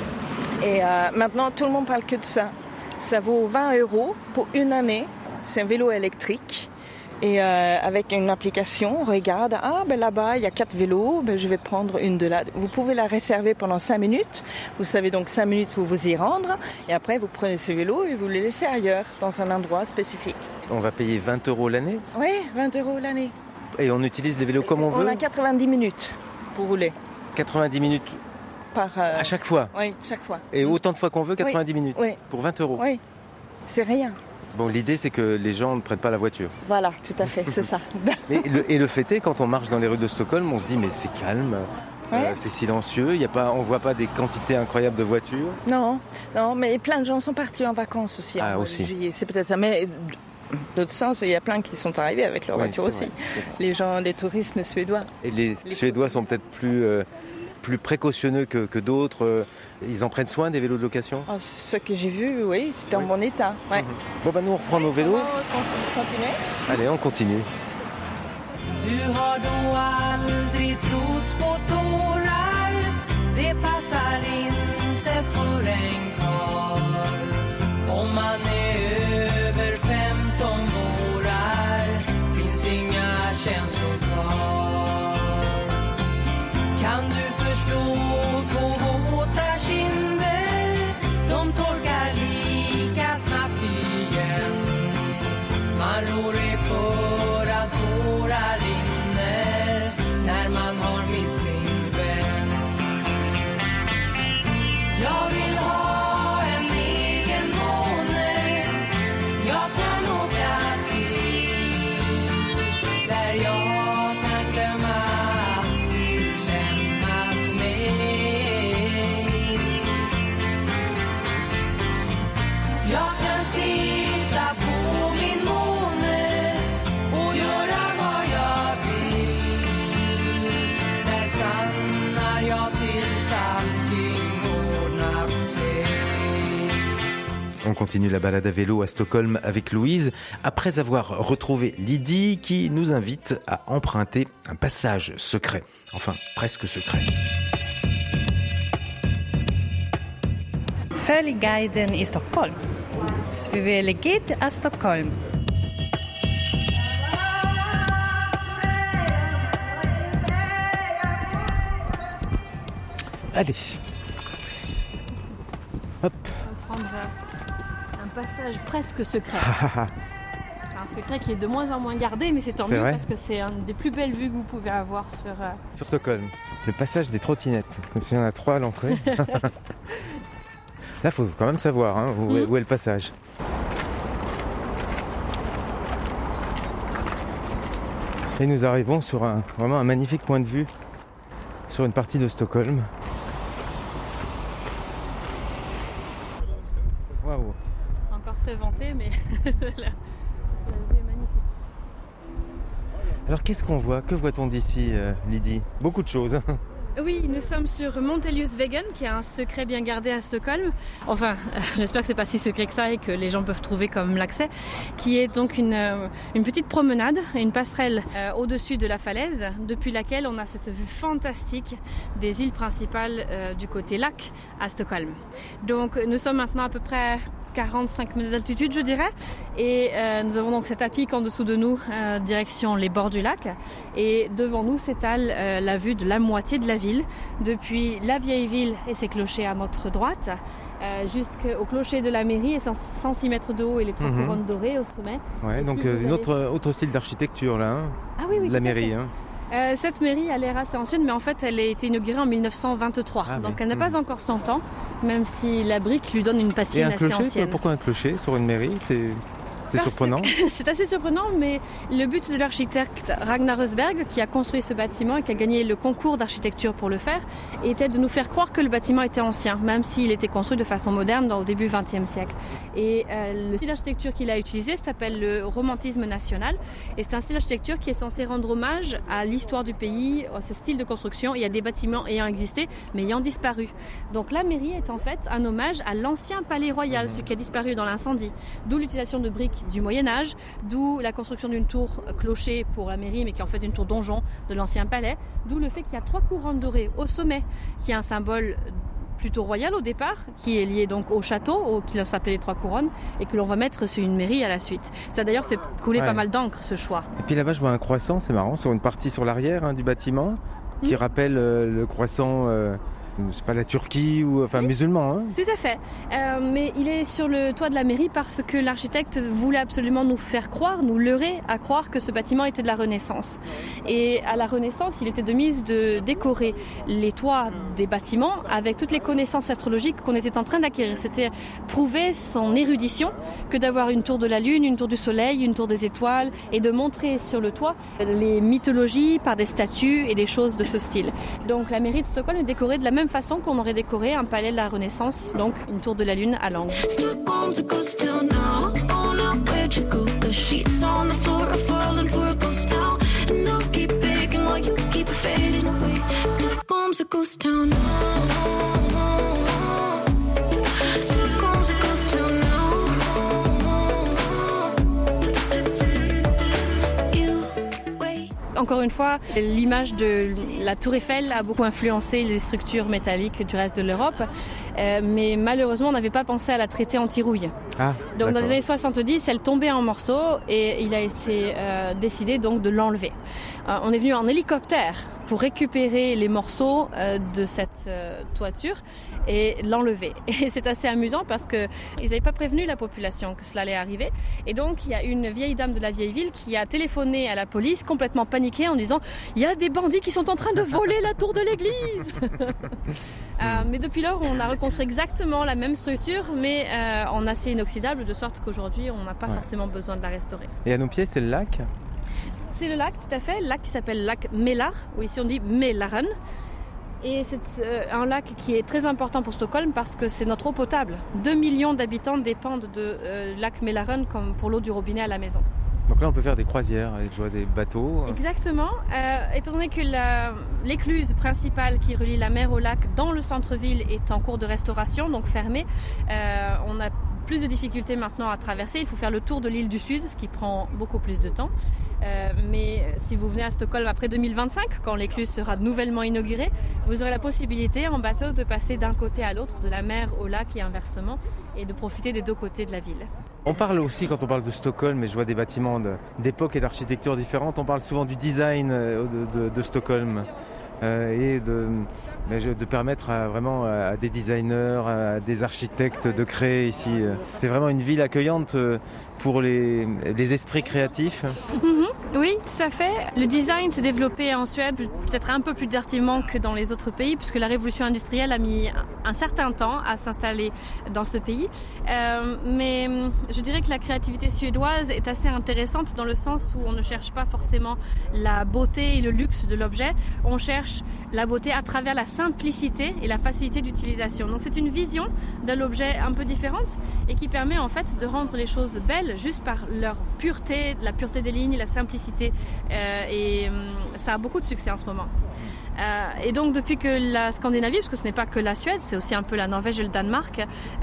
Et euh, maintenant, tout le monde parle que de ça. Ça vaut vingt euros pour une année. C'est un vélo électrique. Et euh, avec une application, on regarde, ah ben là-bas, il y a quatre vélos, ben, je vais prendre une de là. Vous pouvez la réserver pendant cinq minutes. Vous savez donc cinq minutes pour vous y rendre. Et après, vous prenez ce vélo et vous le laissez ailleurs, dans un endroit spécifique. On va payer vingt euros l'année Oui, vingt euros l'année. et on utilise les vélos comme on On veut. a quatre-vingt-dix minutes pour rouler. quatre-vingt-dix minutes Par, euh, à chaque fois. Oui, chaque fois. Et autant de fois qu'on veut, quatre-vingt-dix minutes. Oui. Pour vingt euros. Oui, c'est rien. Bon, l'idée c'est que les gens ne prennent pas la voiture. Voilà, tout à fait, c'est ça. Mais le- et le fait est, quand on marche dans les rues de Stockholm, on se dit mais c'est calme, euh, Ouais. c'est silencieux, il y a pas, on voit pas des quantités incroyables de voitures. Non, non, mais plein de gens sont partis en vacances aussi en Ah, mois aussi. de juillet. C'est peut-être ça, mais d'autre sens, il y a plein qui sont arrivés avec leur Oui, voiture c'est aussi. vrai. Les gens, les tourismes suédois. Et les, Les Suédois sont peut-être plus, euh, plus précautionneux que, que d'autres. euh, Ils en prennent soin des vélos de location. Oh, ce que j'ai vu, oui, c'était en bon état. Ouais. Bon bah nous on reprend nos vélos. On va continuer. Allez, on continue. Du har då aldrig trott på tårar. Det passar inte för en karl. Om man är över femton vårar finns inga känslor kvar. Kan du förstå två våta kinder? De torkar lika snabbt igen. Man rår är för att tårar rinner när man har mist sin vän. Jag vill ha en egen måne. Jag kan åka sitta på min måne och göra vad jag vill. Där stannar jag tills allting ordnat sig. On continue la balade à vélo à Stockholm avec Louise, après avoir retrouvé Lydie qui nous invite à emprunter un passage secret. Enfin, presque secret. Följ guiden i Stockholm. Sveavägen à Stockholm. Allez. Hop. On va prendre un passage presque secret. C'est un secret qui est de moins en moins gardé, mais c'est tant C'est mieux vrai parce que c'est une des plus belles vues que vous pouvez avoir sur... euh, Sur Stockholm, le passage des trottinettes. Il y en a trois à l'entrée. Là, il faut quand même savoir hein, où, est, où est le passage. Et nous arrivons sur un, vraiment un magnifique point de vue sur une partie de Stockholm. Waouh! Encore très vanté, mais la, la vue est magnifique. Alors qu'est-ce qu'on voit? Que voit-on d'ici, euh, Lydie? Beaucoup de choses. Oui, nous sommes sur Monteliusvägen, qui est un secret bien gardé à Stockholm. Enfin, euh, j'espère que c'est pas si secret que ça et que les gens peuvent trouver comme l'accès. Qui est donc une, euh, une petite promenade, une passerelle euh, au-dessus de la falaise, depuis laquelle on a cette vue fantastique des îles principales euh, du côté lac à Stockholm. Donc, nous sommes maintenant à peu près quarante-cinq mètres d'altitude, je dirais. Et euh, nous avons donc cet à pic en dessous de nous, euh, direction les bords du lac. Et devant nous s'étale euh, la vue de la moitié de la ville, depuis la vieille ville et ses clochers à notre droite, euh, jusqu'au clocher de la mairie et cent six mètres de haut et les trois Mhm. couronnes dorées au sommet. Ouais, Et donc plus euh, vous une allez- autre, autre style d'architecture là, hein, Ah oui, oui, de la tout à mairie. fait. Hein. Euh, cette mairie a l'air assez ancienne, mais en fait elle a été inaugurée en mille neuf cent vingt-trois, Ah, donc oui. elle n'a pas Mhm. encore cent ans, même si la brique lui donne une Et patine un assez clocher, ancienne. pourquoi un clocher sur une mairie? C'est, c'est Parce surprenant. que- C'est assez surprenant, mais le but de l'architecte Ragnar Ösberg, qui a construit ce bâtiment et qui a gagné le concours d'architecture pour le faire, était de nous faire croire que le bâtiment était ancien, même s'il était construit de façon moderne dans, au début vingtième siècle. Et euh, le style d'architecture qu'il a utilisé s'appelle le romantisme national, et c'est un style d'architecture qui est censé rendre hommage à l'histoire du pays, à ce style de construction et à des bâtiments ayant existé, mais ayant disparu. Donc la mairie est en fait un hommage à l'ancien palais royal, ce qui a disparu dans l'incendie, d'où l'utilisation de briques du Moyen-Âge, d'où la construction d'une tour clocher pour la mairie, mais qui est en fait une tour donjon de l'ancien palais, d'où le fait qu'il y a trois couronnes dorées au sommet, qui est un symbole plutôt royal au départ, qui est lié donc au château, au, qui s'appelait les trois couronnes, et que l'on va mettre sur une mairie à la suite. Ça a d'ailleurs fait couler Ouais. pas mal d'encre, ce choix. Et puis là-bas, je vois un croissant, c'est marrant, sur une partie sur l'arrière hein, du bâtiment, qui Mhm. rappelle euh, le croissant, euh, c'est pas la Turquie ou enfin musulman. Hein. Tout à fait. Euh, mais il est sur le toit de la mairie parce que l'architecte voulait absolument nous faire croire, nous leurrer à croire que ce bâtiment était de la Renaissance. Et à la Renaissance, il était de mise de décorer les toits des bâtiments avec toutes les connaissances astrologiques qu'on était en train d'acquérir. C'était prouver son érudition que d'avoir une tour de la Lune, une tour du Soleil, une tour des étoiles et de montrer sur le toit les mythologies par des statues et des choses de ce style. Donc la mairie de Stockholm est décorée de la même façon qu'on aurait décoré un palais de la Renaissance, donc une tour de la Lune à l'angle. Stockholm's a ghost town now. Oh, now where'd you go? The sheets on the floor are falling for a ghost now. And I'll keep begging while you keep fading away. Stockholm's a ghost town now. Stockholm's a ghost town now. You wait. Encore une fois, l'image de la tour Eiffel a beaucoup influencé les structures métalliques du reste de l'Europe, euh, mais malheureusement on n'avait pas pensé à la traiter anti-rouille. Ah, Donc dans d'accord. les années soixante-dix, elle tombait en morceaux et il a été euh, décidé donc de l'enlever. Euh, on est venu en hélicoptère pour récupérer les morceaux euh, de cette euh, toiture et l'enlever. Et c'est assez amusant parce qu'ils n'avaient pas prévenu la population que cela allait arriver. Et donc il y a une vieille dame de la vieille ville qui a téléphoné à la police complètement paniquée en disant « Il y a des bandits qui sont en train de voler la tour de l'église !» euh, Mais depuis lors, on a reconstruit exactement la même structure, mais euh, en acier inoxydable, de sorte qu'aujourd'hui, on n'a pas Ouais. forcément besoin de la restaurer. Et à nos pieds, c'est le lac. C'est le lac, tout à fait, le lac qui s'appelle lac Mälar, ou ici on dit Mälaren. Et c'est euh, un lac qui est très important pour Stockholm parce que c'est notre eau potable. deux millions d'habitants dépendent de euh, lac Mälaren comme pour l'eau du robinet à la maison. Donc là, on peut faire des croisières, je vois des bateaux. Exactement. Euh, étant donné que la, l'écluse principale qui relie la mer au lac dans le centre-ville est en cours de restauration, donc fermée, euh, on a plus de difficultés maintenant à traverser. Il faut faire le tour de l'île du Sud, ce qui prend beaucoup plus de temps. Euh, mais si vous venez à Stockholm après deux mille vingt-cinq, quand l'écluse sera nouvellement inaugurée, vous aurez la possibilité en bateau de passer d'un côté à l'autre, de la mer au lac et inversement, et de profiter des deux côtés de la ville. On parle aussi, quand on parle de Stockholm, et je vois des bâtiments de, d'époque et d'architecture différentes, on parle souvent du design de, de, de Stockholm. Euh, et de, de permettre à, vraiment à des designers, à des architectes de créer ici. C'est vraiment une ville accueillante pour les, les esprits créatifs. Mm-hmm. Oui, tout à fait. Le design s'est développé en Suède peut-être un peu plus activement que dans les autres pays, puisque la révolution industrielle a mis un certain temps à s'installer dans ce pays. Euh, mais je dirais que la créativité suédoise est assez intéressante dans le sens où on ne cherche pas forcément la beauté et le luxe de l'objet, on cherche la beauté à travers la simplicité et la facilité d'utilisation. Donc c'est une vision de l'objet un peu différente et qui permet en fait de rendre les choses belles juste par leur pureté, la pureté des lignes, la simplicité. Euh, et euh, ça a beaucoup de succès en ce moment. Euh, et donc depuis que la Scandinavie, parce que ce n'est pas que la Suède, c'est aussi un peu la Norvège et le Danemark, euh,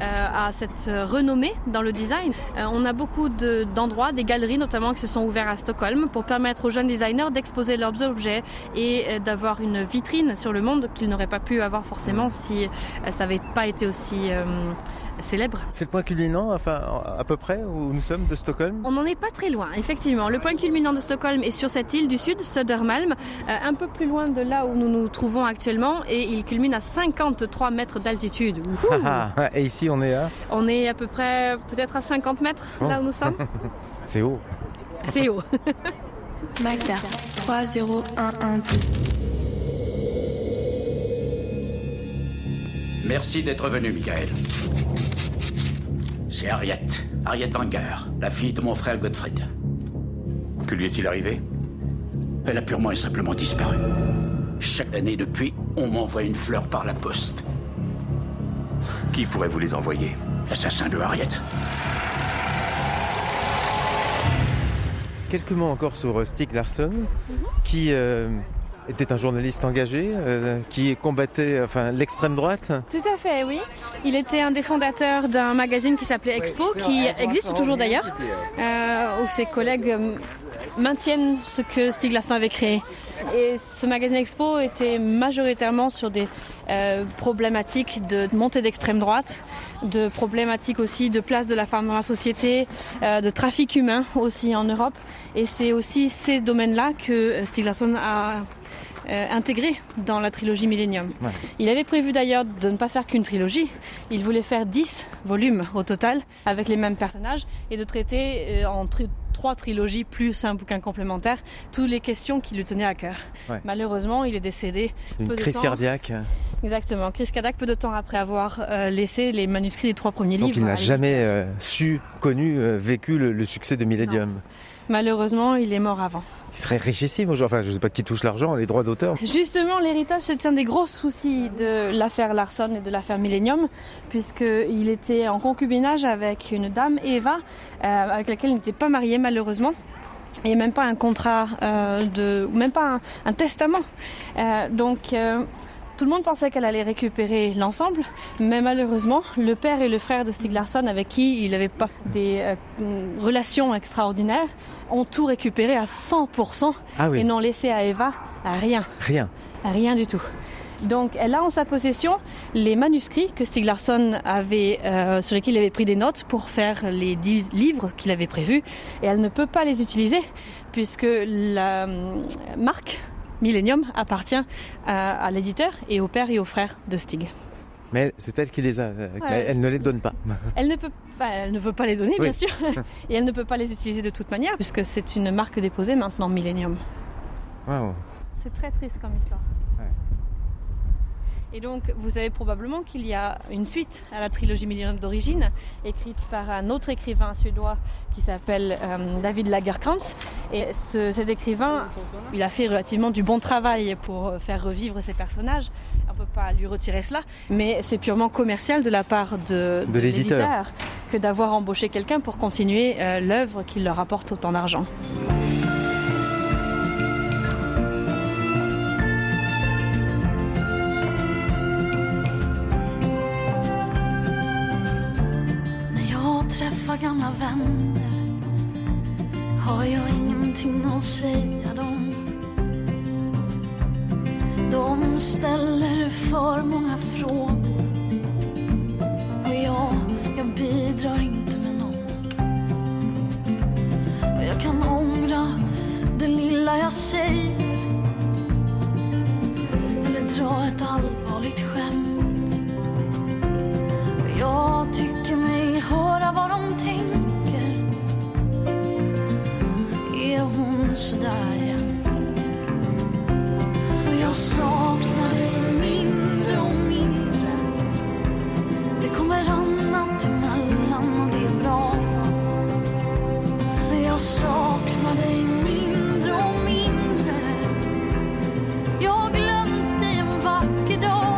a cette renommée dans le design, euh, on a beaucoup de, d'endroits, des galeries notamment qui se sont ouverts à Stockholm pour permettre aux jeunes designers d'exposer leurs objets et euh, d'avoir une vitrine sur le monde qu'ils n'auraient pas pu avoir forcément si euh, ça n'avait pas été aussi euh, célèbre. C'est le point culminant, enfin, à peu près, où nous sommes de Stockholm? On n'en est pas très loin, effectivement. Le point culminant de Stockholm est sur cette île du sud, Södermalm, euh, un peu plus loin de là où nous nous trouvons actuellement, et il culmine à cinquante-trois mètres d'altitude. Et ici, on est à? On est à peu près, peut-être à cinquante mètres, oh. Là où nous sommes. C'est haut. C'est haut. Magda, trois zéro un un deux. Merci d'être venu, Michael. C'est Harriet, Harriet Wenger, la fille de mon frère Gottfried. Que lui est-il arrivé? Elle a purement et simplement disparu. Chaque année depuis, on m'envoie une fleur par la poste. Qui pourrait vous les envoyer? L'assassin de Harriet. Quelques mots encore sur Stieg Larsson, mm-hmm. qui... Euh... était un journaliste engagé euh, qui combattait enfin, l'extrême droite. Tout à fait, oui. Il était un des fondateurs d'un magazine qui s'appelait Expo, qui existe toujours d'ailleurs, euh, où ses collègues euh, maintiennent ce que Stieg Larsson avait créé. Et ce magazine Expo était majoritairement sur des euh, problématiques de montée d'extrême droite, de problématiques aussi de place de la femme dans la société, euh, de trafic humain aussi en Europe. Et c'est aussi ces domaines-là que Stieg Larsson a euh, intégré dans la trilogie Millennium. Ouais. Il avait prévu d'ailleurs de ne pas faire qu'une trilogie. Il voulait faire dix volumes au total avec les mêmes personnages et de traiter euh, en tri- trois trilogies plus un bouquin complémentaire toutes les questions qui lui tenaient à cœur. Ouais. Malheureusement, il est décédé. Une peu crise de temps. cardiaque. Exactement, crise cardiaque peu de temps après avoir euh, laissé les manuscrits des trois premiers Donc livres. Donc il n'a jamais euh, su, connu, euh, vécu le, le succès de Millennium. Non. Malheureusement, il est mort avant. Il serait richissime aujourd'hui. Enfin, je ne sais pas qui touche l'argent, les droits d'auteur. Justement, l'héritage, c'est un des gros soucis de l'affaire Larsson et de l'affaire Millennium, puisqu'il était en concubinage avec une dame, Eva, euh, avec laquelle il n'était pas marié malheureusement. Et même pas un contrat, euh, de, même pas un, un testament. Euh, donc... Euh, Tout le monde pensait qu'elle allait récupérer l'ensemble, mais malheureusement, le père et le frère de Stieg Larsson, avec qui il n'avait pas des euh, relations extraordinaires, ont tout récupéré à cent pour cent ah oui. et n'ont laissé à Eva à rien. Rien. À rien du tout. Donc elle a en sa possession les manuscrits que Stieg Larsson avait, euh, sur lesquels il avait pris des notes pour faire les dix livres qu'il avait prévus, et elle ne peut pas les utiliser puisque la euh, marque Millennium appartient à, à l'éditeur et au père et au frère de Stieg. Mais c'est elle qui les a, ouais. Mais elle ne les donne pas. Elle ne peut, enfin, elle ne veut pas les donner, oui. Bien sûr, et elle ne peut pas les utiliser de toute manière puisque c'est une marque déposée maintenant, Millennium. Wow. C'est très triste comme histoire. Et donc, vous savez probablement qu'il y a une suite à la trilogie Millennium d'origine, écrite par un autre écrivain suédois qui s'appelle euh, David Lagercrantz. Et ce, cet écrivain, il a fait relativement du bon travail pour faire revivre ses personnages. On ne peut pas lui retirer cela, mais c'est purement commercial de la part de, de, de l'éditeur. l'éditeur que d'avoir embauché quelqu'un pour continuer euh, l'œuvre qui leur apporte autant d'argent. Träffar gamla vänner har jag ingenting att säga dem. De ställer för många frågor och jag, jag bidrar inte med någon. Och jag kan ångra det lilla jag säger eller dra ett allvarligt skämt. Och jag tycker mig höra vad de tänker. Är hon sådär jämt? Och jag saknar dig mindre och mindre. Det kommer annat emellan och det är bra. Men jag saknar dig mindre och mindre. Jag har glömt dig en vacker dag.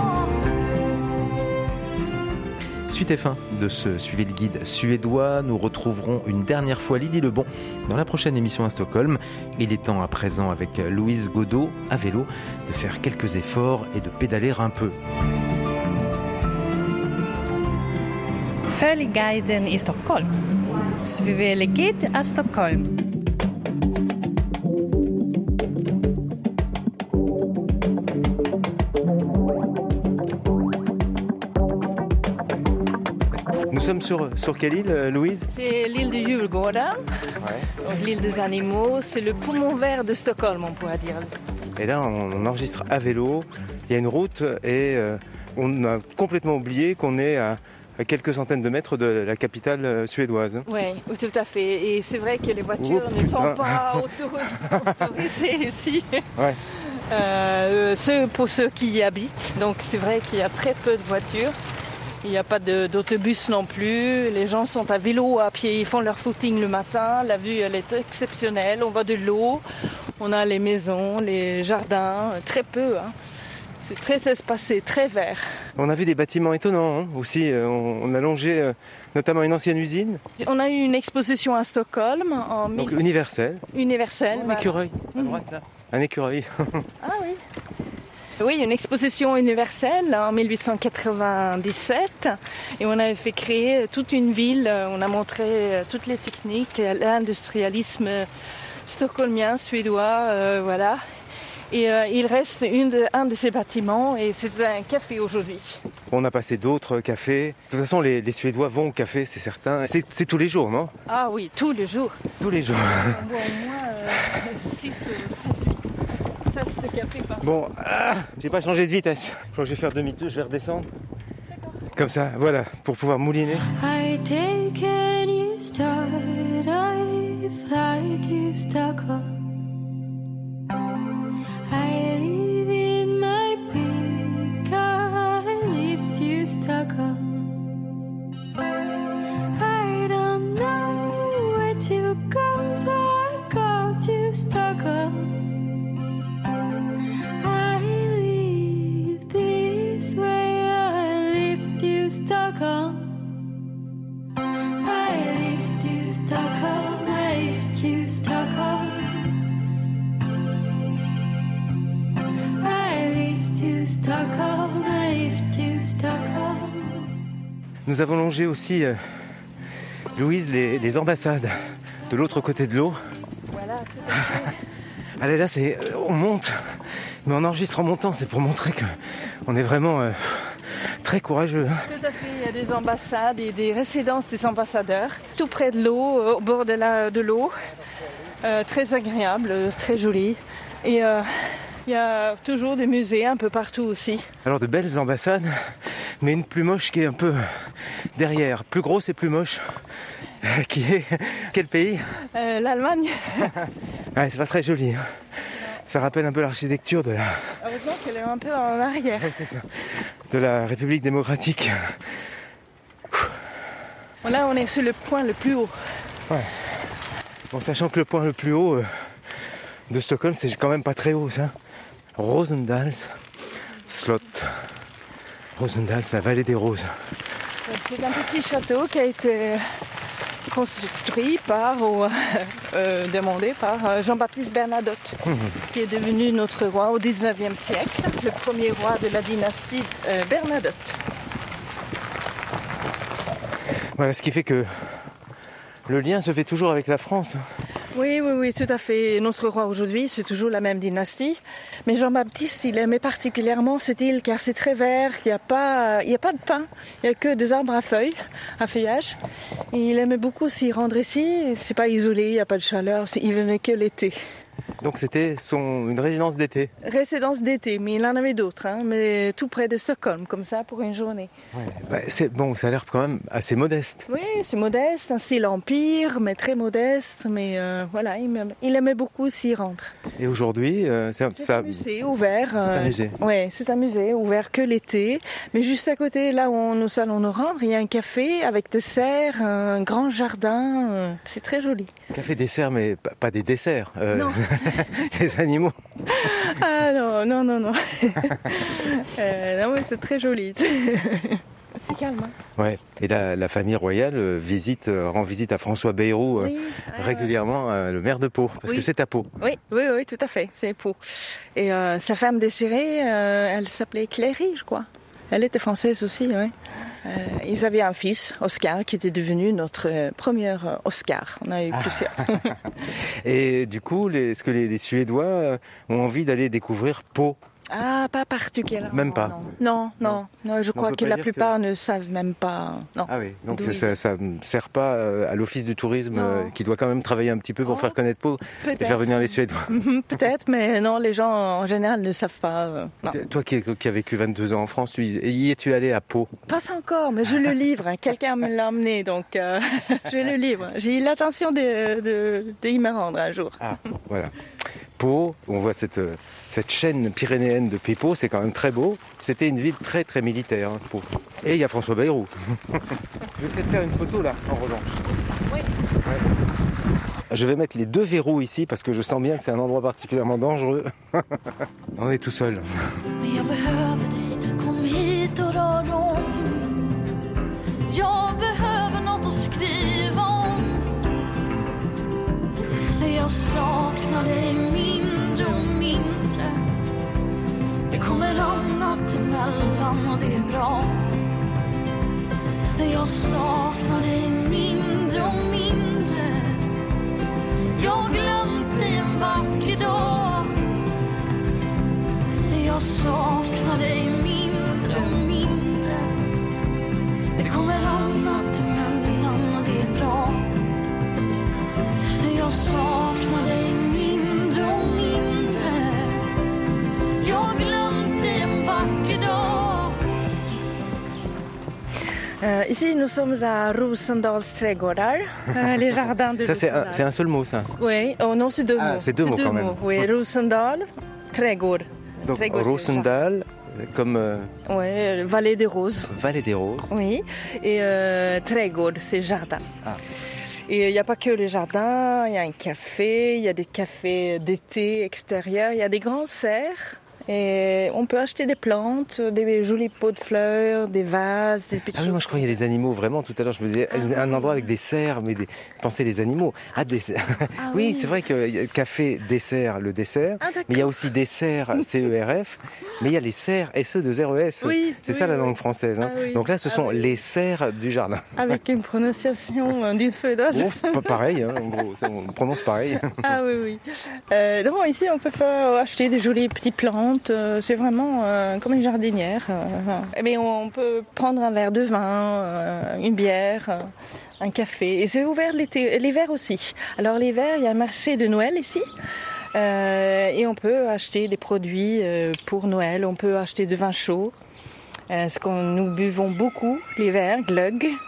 Suite et fin de ce Suivez le guide suédois. Nous retrouverons une dernière fois Lydie Lebon dans la prochaine émission à Stockholm. Il est temps à présent, avec Louise Godot à vélo, de faire quelques efforts et de pédaler un peu. Följ guiden i Stockholm. Suivez le guide à Stockholm. Nous sommes sur, sur quelle île, Louise? C'est l'île de Djurgården, ouais. Donc l'île des animaux. C'est le poumon vert de Stockholm, on pourrait dire. Et là, on, on enregistre à vélo. Il y a une route et euh, on a complètement oublié qu'on est à, à quelques centaines de mètres de la capitale suédoise. Oui, tout à fait. Et c'est vrai que les voitures oh, ne sont pas autorisées ici. Ouais. Euh, c'est pour ceux qui y habitent. Donc c'est vrai qu'il y a très peu de voitures. Il n'y a pas de, d'autobus non plus. Les gens sont à vélo, à pied. Ils font leur footing le matin. La vue, elle est exceptionnelle. On voit de l'eau. On a les maisons, les jardins. Très peu. Hein. C'est très espacé, très vert. On a vu des bâtiments étonnants hein, aussi. On, on a longé euh, notamment une ancienne usine. On a eu une exposition à Stockholm. En Donc mille... universelle. Universelle. Oh, un voilà. écureuil, à droite là. Un écureuil. Ah oui. Oui, une exposition universelle en dix-huit cent quatre-vingt-dix-sept et on avait fait créer toute une ville, on a montré toutes les techniques, l'industrialisme stockholmien, suédois, euh, voilà. Et euh, il reste une de, un de ces bâtiments et c'est un café aujourd'hui. On a passé d'autres cafés. De toute façon, les, les Suédois vont au café, c'est certain. C'est, c'est tous les jours, non? Ah oui, tous les jours. Tous les jours. On boit au moins euh, six, sept, huit. Café, bon, ah, j'ai pas changé de vitesse. Je crois que je vais faire demi-tour, je vais redescendre. Comme ça, voilà, pour pouvoir mouliner. I take and you start, I fly to Stockholm. I live in my big car, I live to Stockholm. I don't know where to go, so I go to Stockholm. Stockholm. I live to Stockholm, I live to Stockholm. I live to Stockholm, I live to Stockholm. Nous avons longé aussi, euh, Louise, les, les ambassades de l'autre côté de l'eau. Voilà, tout à fait. Allez, là, c'est, on monte, mais on enregistre en montant, c'est pour montrer qu'on est vraiment euh, très courageux. Tout à fait, il y a des ambassades et des résidences des ambassadeurs, tout près de l'eau, au bord de, la, de l'eau, euh, très agréable, très joli. Et euh, il y a toujours des musées un peu partout aussi. Alors de belles ambassades, mais une plus moche qui est un peu derrière, plus grosse et plus moche. Qui est quel pays? euh, L'Allemagne. Ouais, c'est pas très joli. Hein. Ça rappelle un peu l'architecture de la... Heureusement qu'elle est un peu en arrière. Ouais, c'est ça. De la République démocratique. Là, on est sur le point le plus haut. Ouais. Bon, sachant que le point le plus haut euh, de Stockholm, c'est quand même pas très haut, ça. Rosendals Slott. Rosendals, la vallée des roses. C'est un petit château qui a été construit par, ou euh, demandé par Jean-Baptiste Bernadotte, mmh. qui est devenu notre roi au dix-neuvième siècle, le premier roi de la dynastie euh, Bernadotte. Voilà, ce qui fait que le lien se fait toujours avec la France. Oui, oui, oui, tout à fait. Notre roi aujourd'hui, c'est toujours la même dynastie. Mais Jean-Baptiste, il aimait particulièrement cette île car c'est très vert, il n'y a pas, il n'y a pas de pins, il n'y a que des arbres à feuilles, à feuillage. Et il aimait beaucoup s'y rendre ici. C'est pas isolé, il n'y a pas de chaleur, il venait que l'été. Donc c'était son, une résidence d'été. Résidence d'été, mais il en avait d'autres, hein, mais tout près de Stockholm, comme ça, pour une journée. Ouais, bah c'est, bon, ça a l'air quand même assez modeste. Oui, c'est modeste, un style empire, mais très modeste, mais euh, voilà, il, il aimait beaucoup s'y rendre. Et aujourd'hui, euh, c'est, c'est ça, un musée ouvert. C'est un musée. Euh, oui, c'est un musée ouvert que l'été, mais juste à côté, là où nous allons nous rendre, il y a un café avec des serres, un grand jardin, euh, c'est très joli. Café dessert, mais pas, pas des desserts. Euh... Non. Les animaux. Ah non, non, non, non. euh, non, mais c'est très joli. C'est calme. Hein. Ouais. Et la, la famille royale euh, visite, euh, rend visite à François Bayrou euh, oui. régulièrement, euh, le maire de Pau, parce oui. que c'est à Pau. Oui, oui, oui, tout à fait, c'est Pau. Et euh, sa femme Désirée, euh, elle s'appelait Cléry, je crois. Elle était française aussi, oui. Euh, ils avaient un fils, Oscar, qui était devenu notre euh, premier euh, Oscar. On a eu ah. plusieurs. Et du coup, les, est-ce que les, les Suédois euh, ont envie d'aller découvrir Pau ? Ah, pas particulièrement. Même pas. Non, non, non. non je crois que la plupart que... ne savent même pas. Non. Ah oui, donc ça ne sert pas à l'office du tourisme euh, qui doit quand même travailler un petit peu pour oh, faire connaître Pau et faire venir les Suédois. Peut-être, mais non, les gens en général ne savent pas. Euh, non. Toi qui, qui as vécu vingt-deux ans en France, tu, y es-tu allé à Pau ? Pas encore, mais je le livre. Hein. Quelqu'un me l'a emmené, donc euh, je le livre. J'ai eu l'intention de, de, de y me rendre un jour. Ah, voilà. Pau, on voit cette, cette chaîne pyrénéenne de Pépau, c'est quand même très beau. C'était une ville très très militaire, hein, Pau. Et il y a François Bayrou. Je vais peut-être faire une photo là, en revanche. Oui. Ouais. Je vais mettre les deux verrous ici parce que je sens bien que c'est un endroit particulièrement dangereux. On est tout seul. Jag saknar dig mindre och mindre. Det kommer annat emellan och det är bra. Jag saknar dig mindre och mindre. Jag har glömt dig en vacker dag. Jag saknar dig mindre och mindre. Det kommer annat emellan och det är bra. Jag saknar dig mindre och mindre. Jag har glömt dig en vacker dag. Euh, ici, nous sommes à Rosendals trädgårdar, euh, les jardins de ça, c'est Rosendal. Un, c'est un seul mot, ça ? Oui, oh non, c'est deux ah, mots. C'est deux c'est mots deux quand mots. Même. Oui, Rosendal, trädgård. Donc Rosendal, comme... Euh... Oui, vallée des roses. Vallée des roses. Oui, et euh, trädgård, c'est jardin. Ah. Et il n'y a pas que les jardins, il y a un café, il y a des cafés d'été extérieurs, il y a des grands serres. Et on peut acheter des plantes, des jolis pots de fleurs, des vases, des petites ah oui, moi je croyais les animaux, vraiment, tout à l'heure je me disais ah, un endroit avec des serres, mais des... je pensais les animaux. Ah, des... ah oui, oui. C'est vrai qu'il y a café, dessert, le dessert, ah, mais il y a aussi dessert, C E R F, mais il y a les serres, S E deux R E S. Oui, c'est oui, ça la oui. langue française. Hein. Ah, oui. Donc là, ce sont ah, oui. les serres du jardin. Avec une prononciation d'une suédoise. Oh, pareil, hein, en gros, ça, on prononce pareil. Ah oui, oui. Euh, donc ici, on peut faire, acheter des jolies petites plantes, c'est vraiment Euh, comme une jardinière. Euh, mais on peut prendre un verre de vin, euh, une bière, euh, un café. Et c'est ouvert l'été, l'hiver aussi. Alors l'hiver, il y a un marché de Noël ici. Euh, et on peut acheter des produits euh, pour Noël. On peut acheter du vin chaud. Euh, ce qu'on nous buvons beaucoup l'hiver, glögg.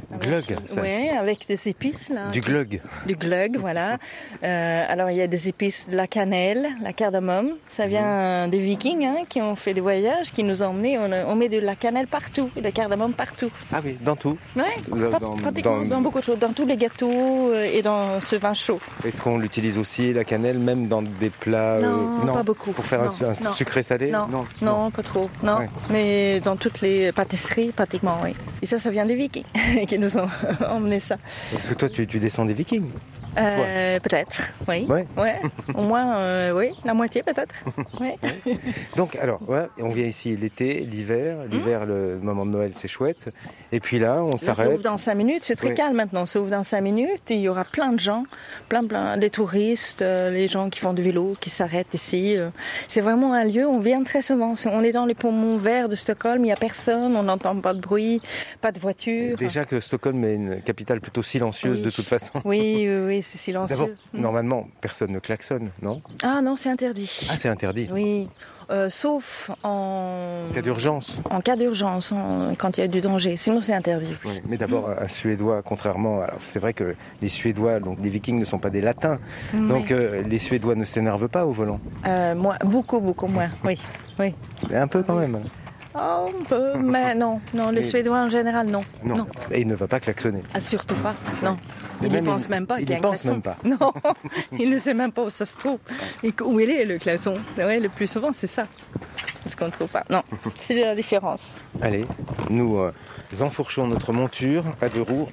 Glögg, ça. Oui, avec des épices. Là, du glögg. Du glögg, voilà. Euh, alors, il y a des épices, de la cannelle, la cardamome. Ça vient mmh. des Vikings hein, qui ont fait des voyages, qui nous ont emmenés. On, on met de la cannelle partout, et de la cardamome partout. Ah oui, dans tout. Oui, dans, pratiquement dans... dans beaucoup de choses. Dans tous les gâteaux et dans ce vin chaud. Est-ce qu'on l'utilise aussi, la cannelle, même dans des plats Non, euh... non pas beaucoup. Pour faire non, un, un non. sucré-salé non. Non, non, non, pas trop. Non, ouais. Mais dans toutes les pâtisseries, pratiquement, oui. Et ça, ça vient des Vikings qui nous ont emmené ça. Parce que toi, tu, tu descends des Vikings. Euh, peut-être, oui. Ouais. ouais. Au moins, euh, oui, la moitié peut-être. Ouais. Donc, alors, ouais, on vient ici l'été, l'hiver. L'hiver, mmh. le moment de Noël, c'est chouette. Et puis là, on là, s'arrête. Ça ouvre dans cinq minutes. C'est très ouais. calme maintenant. Ça ouvre dans cinq minutes. Et il y aura plein de gens, plein, plein, des touristes, euh, les gens qui font du vélo, qui s'arrêtent ici. Euh. C'est vraiment un lieu. On vient très souvent. On est dans les poumons verts de Stockholm. Il n'y a personne. On n'entend pas de bruit, pas de voiture. Déjà que Stockholm est une capitale plutôt silencieuse oui. de toute façon. Oui, oui, oui. C'est silencieux. D'abord, mmh. normalement, personne ne klaxonne, non ? Ah non, c'est interdit. Ah, c'est interdit. Oui, euh, sauf en cas d'urgence. En cas d'urgence, en... quand il y a du danger. Sinon, c'est interdit. Oui, mais d'abord, mmh. un Suédois, contrairement, alors c'est vrai que les Suédois, donc les Vikings, ne sont pas des Latins, mmh. donc euh, les Suédois ne s'énervent pas au volant. Euh, moi, beaucoup, beaucoup moins. Oui, oui. Mais un peu quand même. Oh, un peu, mais non, non, les Suédois en général, non. Non. non. Et il ne va pas klaxonner. Ah, surtout pas, non. Il n'y pense il, même pas il qu'il y a un pense klaxon. Même pas. Non, il ne sait même pas où ça se trouve. Et où il est, le klaxon. Ouais, le plus souvent, c'est ça. Parce qu'on ne trouve pas. Non, c'est la différence. Allez, nous euh, enfourchons notre monture à deux roues.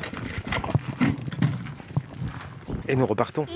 Et nous repartons.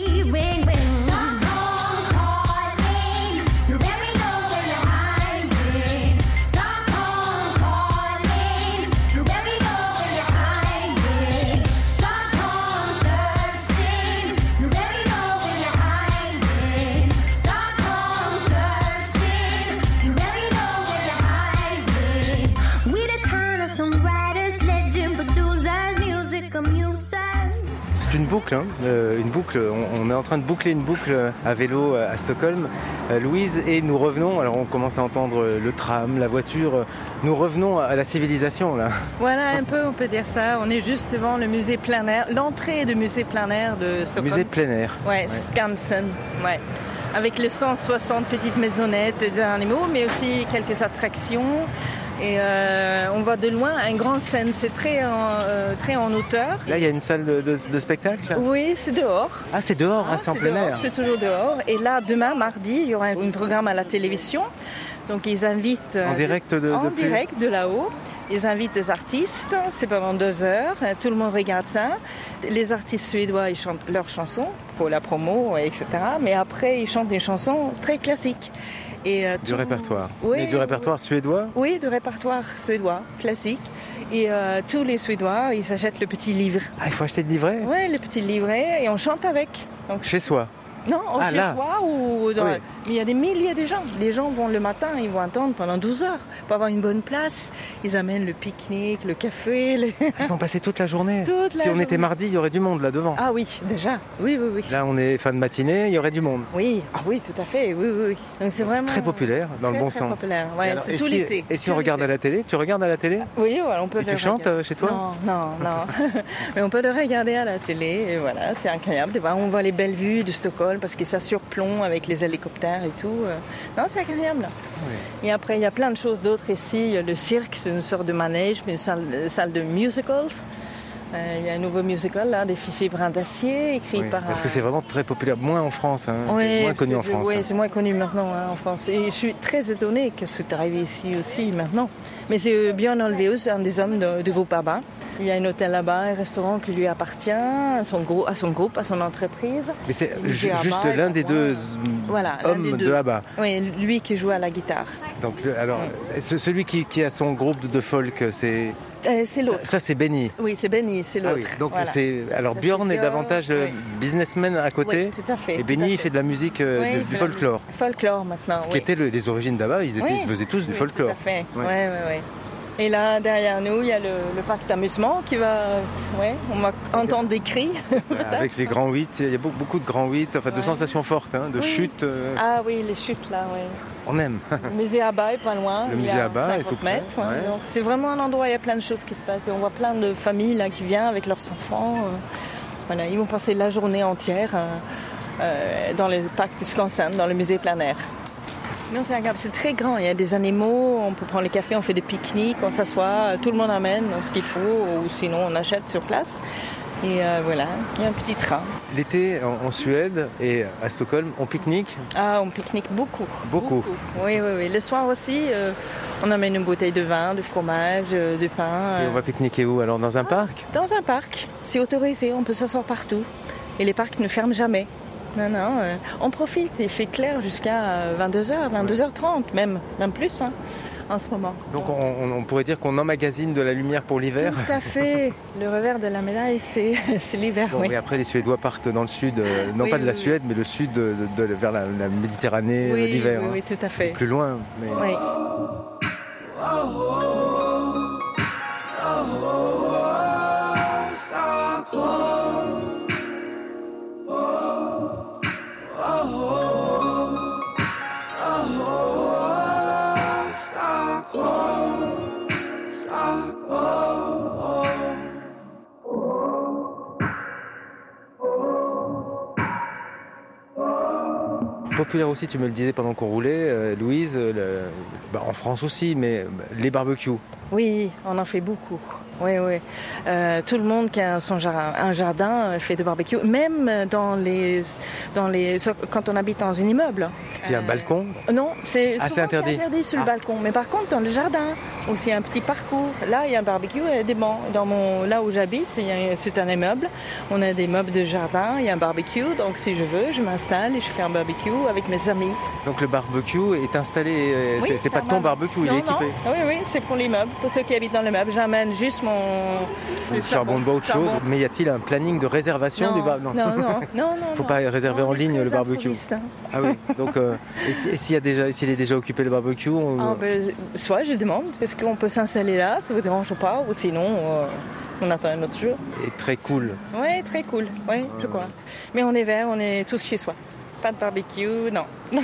C'est une boucle, hein, euh, une boucle. On, on est en train de boucler une boucle à vélo à Stockholm, euh, Louise, et nous revenons. Alors on commence à entendre le tram, la voiture. Nous revenons à la civilisation là. Voilà un peu, on peut dire ça. On est juste devant le musée plein air, l'entrée du musée plein air de Stockholm. Musée plein air. Ouais, ouais. Skansen. Ouais. Avec les cent soixante petites maisonnettes des animaux, mais aussi quelques attractions. Et euh, on voit de loin un grand scène, c'est très en, euh, très en hauteur. Là, il y a une salle de, de, de spectacle là ? Oui, c'est dehors. Ah, c'est dehors, ah, ah, c'est en c'est plein dehors, air. C'est toujours dehors. Et là, demain, mardi, il y aura un programme à la télévision. Donc, ils invitent... En direct de, de En plus. direct, de là-haut. Ils invitent des artistes, c'est pendant deux heures, tout le monde regarde ça. Les artistes suédois, ils chantent leurs chansons pour la promo, et cetera. Mais après, ils chantent des chansons très classiques. Et, euh, du tout... répertoire. Oui, Et du répertoire suédois ? Oui, du répertoire suédois, classique. Et euh, tous les Suédois, ils achètent le petit livre. Ah, il faut acheter le livret ? Oui, le petit livret, et on chante avec. Donc... Chez soi ? Non, ah, chez là. soi ou dans... Oui. Mais il y a des milliers de gens. Les gens vont le matin, ils vont attendre pendant douze heures pour avoir une bonne place. Ils amènent le pique-nique, le café. Les... Ils vont passer toute la journée. Toute la si on journée. était mardi, il y aurait du monde là devant. Ah oui, déjà. Oui, oui, oui. Là, on est fin de matinée, il y aurait du monde. Oui, ah oui, tout à fait. Oui, oui, oui. Donc c'est vraiment très populaire dans très, le bon très sens. Populaire. Ouais, alors, c'est et tout si, l'été. Et si tout on regarde l'été. à la télé, tu regardes à la télé ? Oui, voilà, on peut. Et le tu chantes regarder. chez toi ? Non, non, non. Mais on peut le regarder à la télé. Et voilà, c'est incroyable. On voit les belles vues de Stockholm parce que ça surplombe avec les hélicoptères et tout. Non, c'est incroyable. Oui. Et après, il y a plein de choses d'autres ici. Il y a le cirque, c'est une sorte de manège, une salle, salle de musicals. Euh, il y a un nouveau musical là, des Fifi Brin d'Acier, écrit oui, par... Parce que c'est vraiment très populaire, moins en France, hein. Oui, c'est moins connu en France. Oui, hein. c'est moins connu maintenant hein, en France. Et je suis très étonnée que c'est arrivé ici aussi maintenant. Mais c'est Björn Ulvaeus, un des hommes de, du groupe ABBA. Il y a un hôtel là-bas, un restaurant qui lui appartient, à son, gros, à son groupe, à son entreprise. Mais c'est ju- juste ABBA, l'un des deux voilà, hommes des deux. de ABBA. Oui, lui qui joue à la guitare. Donc, alors, mm. celui qui, qui a son groupe de folk, c'est... Euh, c'est l'autre. Ça, ça c'est Benny. Oui, c'est Benny, c'est l'autre. Ah oui. Donc voilà. c'est alors ça, Björn c'est est Björn, davantage oui. businessman à côté. Oui, tout à fait. Et Benny fait. fait de la musique euh, oui, du, du folklore. Folklore maintenant. Qui oui. étaient le, les origines d'ABBA, ils, étaient, oui. ils faisaient tous du oui, folklore. Tout à fait. Oui. Ouais, ouais, ouais. Et là, derrière nous, il y a le, le parc d'amusement qui va... Ouais, on va entendre des cris. Avec les grands huit, il y a beaucoup de grands huit, enfin, de ouais. sensations fortes, hein, de oui. chutes. Euh... Ah oui, les chutes là, oui. On aime. Le musée à bas est pas loin. Le musée à bas est tout près. Ouais. Ouais. Donc, c'est vraiment un endroit, il y a plein de choses qui se passent. Et on voit plein de familles là, qui viennent avec leurs enfants. Euh, voilà, ils vont passer la journée entière euh, euh, dans le parc de Skansen, dans le musée plein air. Non, c'est, c'est très grand, il y a des animaux, on peut prendre le café, on fait des pique-niques, on s'assoit, tout le monde amène ce qu'il faut, ou sinon on achète sur place. Et euh, voilà, il y a un petit train. L'été en, en Suède et à Stockholm, on pique-nique ? Ah, on pique-nique beaucoup. Beaucoup, beaucoup. Oui, oui, oui. Le soir aussi, euh, on amène une bouteille de vin, de fromage, euh, de pain. Euh... Et on va pique-niquer où alors ? Dans un ah, parc ? Dans un parc, c'est autorisé, on peut s'asseoir partout. Et les parcs ne ferment jamais. Non, non, euh, on profite, il fait clair jusqu'à vingt-deux heures, vingt-deux heures trente, même, même plus hein, en ce moment. Donc on, on pourrait dire qu'on emmagasine de la lumière pour l'hiver ? Tout à fait, le revers de la médaille c'est, c'est l'hiver. Bon, oui. Et après les Suédois partent dans le sud, euh, non oui, pas de la Suède, oui. mais le sud de, de, de, vers la, la Méditerranée oui, l'hiver. Oui, hein. oui, tout à fait. Plus loin. Mais... Oui. Populaire aussi, tu me le disais pendant qu'on roulait, euh, Louise, le, bah, en France aussi, mais les barbecues. Oui, on en fait beaucoup. Oui, oui. Euh, tout le monde qui a son jardin, un jardin fait de barbecue, même dans les, dans les, quand on habite dans un immeuble. C'est euh, un balcon ? Non, c'est, ah, c'est interdit. c'est interdit sur ah. le balcon. Mais par contre, dans le jardin, aussi un petit parcours. Là, il y a un barbecue, il y a des bancs. Dans mon, là où j'habite, il y a, c'est un immeuble. On a des meubles de jardin, il y a un barbecue. Donc, si je veux, je m'installe et je fais un barbecue avec mes amis. Donc, le barbecue est installé. Oui, c'est, c'est pas ton barbecue, non, il est équipé. Non. Oui, oui, c'est pour l'immeuble, pour ceux qui habitent dans l'immeuble. J'amène juste mon le charbon, charbon de bois, autre chose. Mais y a-t-il un planning de réservation non, du barbecue ? Non, non, non, non. Faut non. pas réserver non, en ligne le barbecue. Hein. Ah oui. Donc, euh, et s'il y a déjà, s'il est déjà occupé le barbecue, on... ah, ben, soit je demande, est-ce qu'on peut s'installer là, ça vous dérange pas, ou sinon euh, on attend un autre jour. Et très cool. Oui, très cool. Oui, euh... je crois. Mais en hiver, on est tous chez soi. Pas de barbecue, non.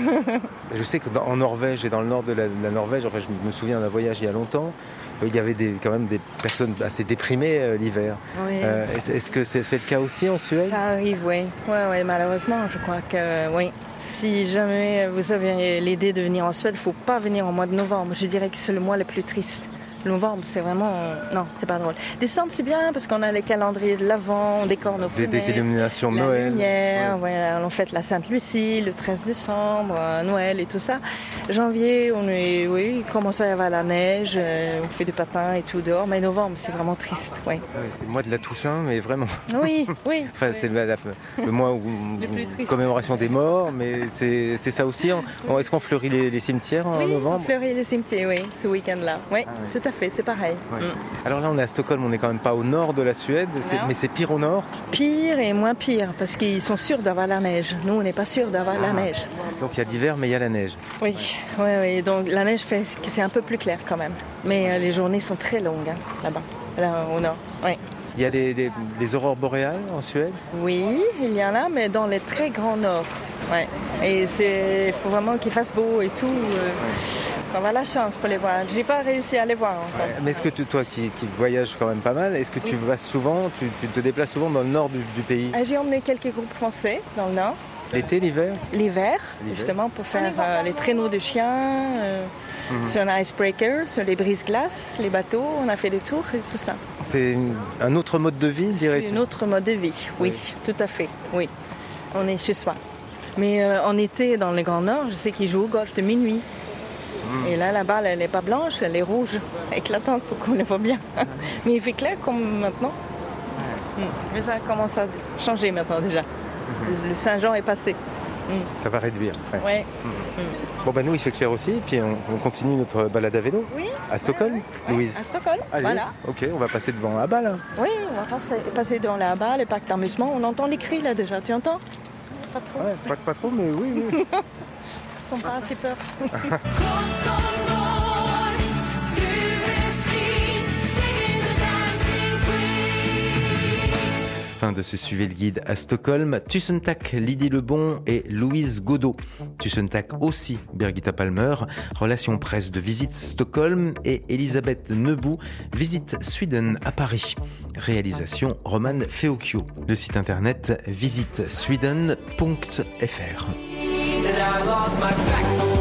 Je sais qu'en Norvège et dans le nord de la, de la Norvège, enfin, je me souviens d'un voyage il y a longtemps, il y avait des, quand même des personnes assez déprimées euh, l'hiver. Oui. Euh, est-ce, est-ce que c'est, c'est le cas aussi en Suède ? Ça arrive, oui. Oui, oui, malheureusement, je crois que oui. Si jamais vous avez l'idée de venir en Suède, il ne faut pas venir au mois de novembre. Je dirais que c'est le mois le plus triste. Novembre, c'est vraiment... Non, c'est pas drôle. Décembre, c'est bien parce qu'on a les calendriers de l'Avent, on décore nos fenêtres. Des, des illuminations de la Noël. Lumière, ouais. Voilà, on fête la Sainte-Lucie, le treize décembre, Noël et tout ça. Janvier, on est, oui, il commence à y avoir la neige, on fait du patin et tout dehors. Mais novembre, c'est vraiment triste, oui. Ouais, c'est le mois de la Toussaint, mais vraiment. Oui, oui. Enfin, oui. c'est la, la, le mois où, où commémoration des morts, mais c'est, c'est ça aussi. On, est-ce qu'on fleurit les, les cimetières en oui, novembre ? Oui, on fleurit les cimetières, oui, ce week-end-là. Oui, ah, oui. Tout à fait, c'est pareil. Ouais. Mm. Alors là, on est à Stockholm, on n'est quand même pas au nord de la Suède, c'est, mais c'est pire au nord ? Pire et moins pire, parce qu'ils sont sûrs d'avoir la neige. Nous, on n'est pas sûrs d'avoir ah. la neige. Donc il y a l'hiver, mais il y a la neige. Oui, ouais. oui, oui. Donc la neige fait que c'est un peu plus clair quand même. Mais euh, les journées sont très longues hein, là-bas, là au nord. Oui. Il y a des, des, des aurores boréales en Suède ? Oui, il y en a, mais dans les très grands nord. Ouais. Et il faut vraiment qu'il fasse beau et tout. Euh, ouais. On a la chance pour les voir. Je n'ai pas réussi à les voir encore. Ouais. Mais est-ce que tu, toi qui, qui voyages quand même pas mal, est-ce que tu oui. vas souvent, tu, tu te déplaces souvent dans le nord du, du pays ? ah, J'ai emmené quelques groupes français dans le nord. L'été, l'hiver ? L'hiver, l'hiver. Justement pour faire euh, les traîneaux de chiens, euh, mm-hmm. sur un icebreaker, sur les brise-glaces, les bateaux, on a fait des tours et tout ça. C'est une, un autre mode de vie, dirais-tu ? C'est un autre mode de vie, oui, oui, tout à fait, oui. On est chez soi. Mais euh, en été, dans le Grand Nord, je sais qu'ils jouent au golf de minuit. Mm. Et là, la balle, elle n'est pas blanche, elle est rouge, éclatante pour qu'on la voit bien. Mais il fait clair comme maintenant. Mm. Mais ça commence à changer maintenant déjà. Mm-hmm. Le Saint-Jean est passé. Mm. Ça va réduire. Ouais. Ouais. Mm. Mm. Bon, bah nous, il fait clair aussi. Puis on, on continue notre balade à vélo. Oui. À Stockholm, ouais, ouais. Louise. À Stockholm, allez, voilà. Ok, on va passer devant la balle. Oui, on va passer, passer devant la balle, le parc d'amusement. On entend les cris là déjà. Tu entends ? Pas trop. Ouais, pas, pas trop, mais oui, oui. Ils sont pas assez peur. fin de ce Suivez le guide à Stockholm. Tusen tack Lydie Lebon et Louise Godot. Tusen tack aussi Birgitta Palmer. Relation presse de Visite Stockholm et Elisabeth Nebou, Visite Sweden à Paris. Réalisation Roman Feocchio. Le site internet visite sweden point f r.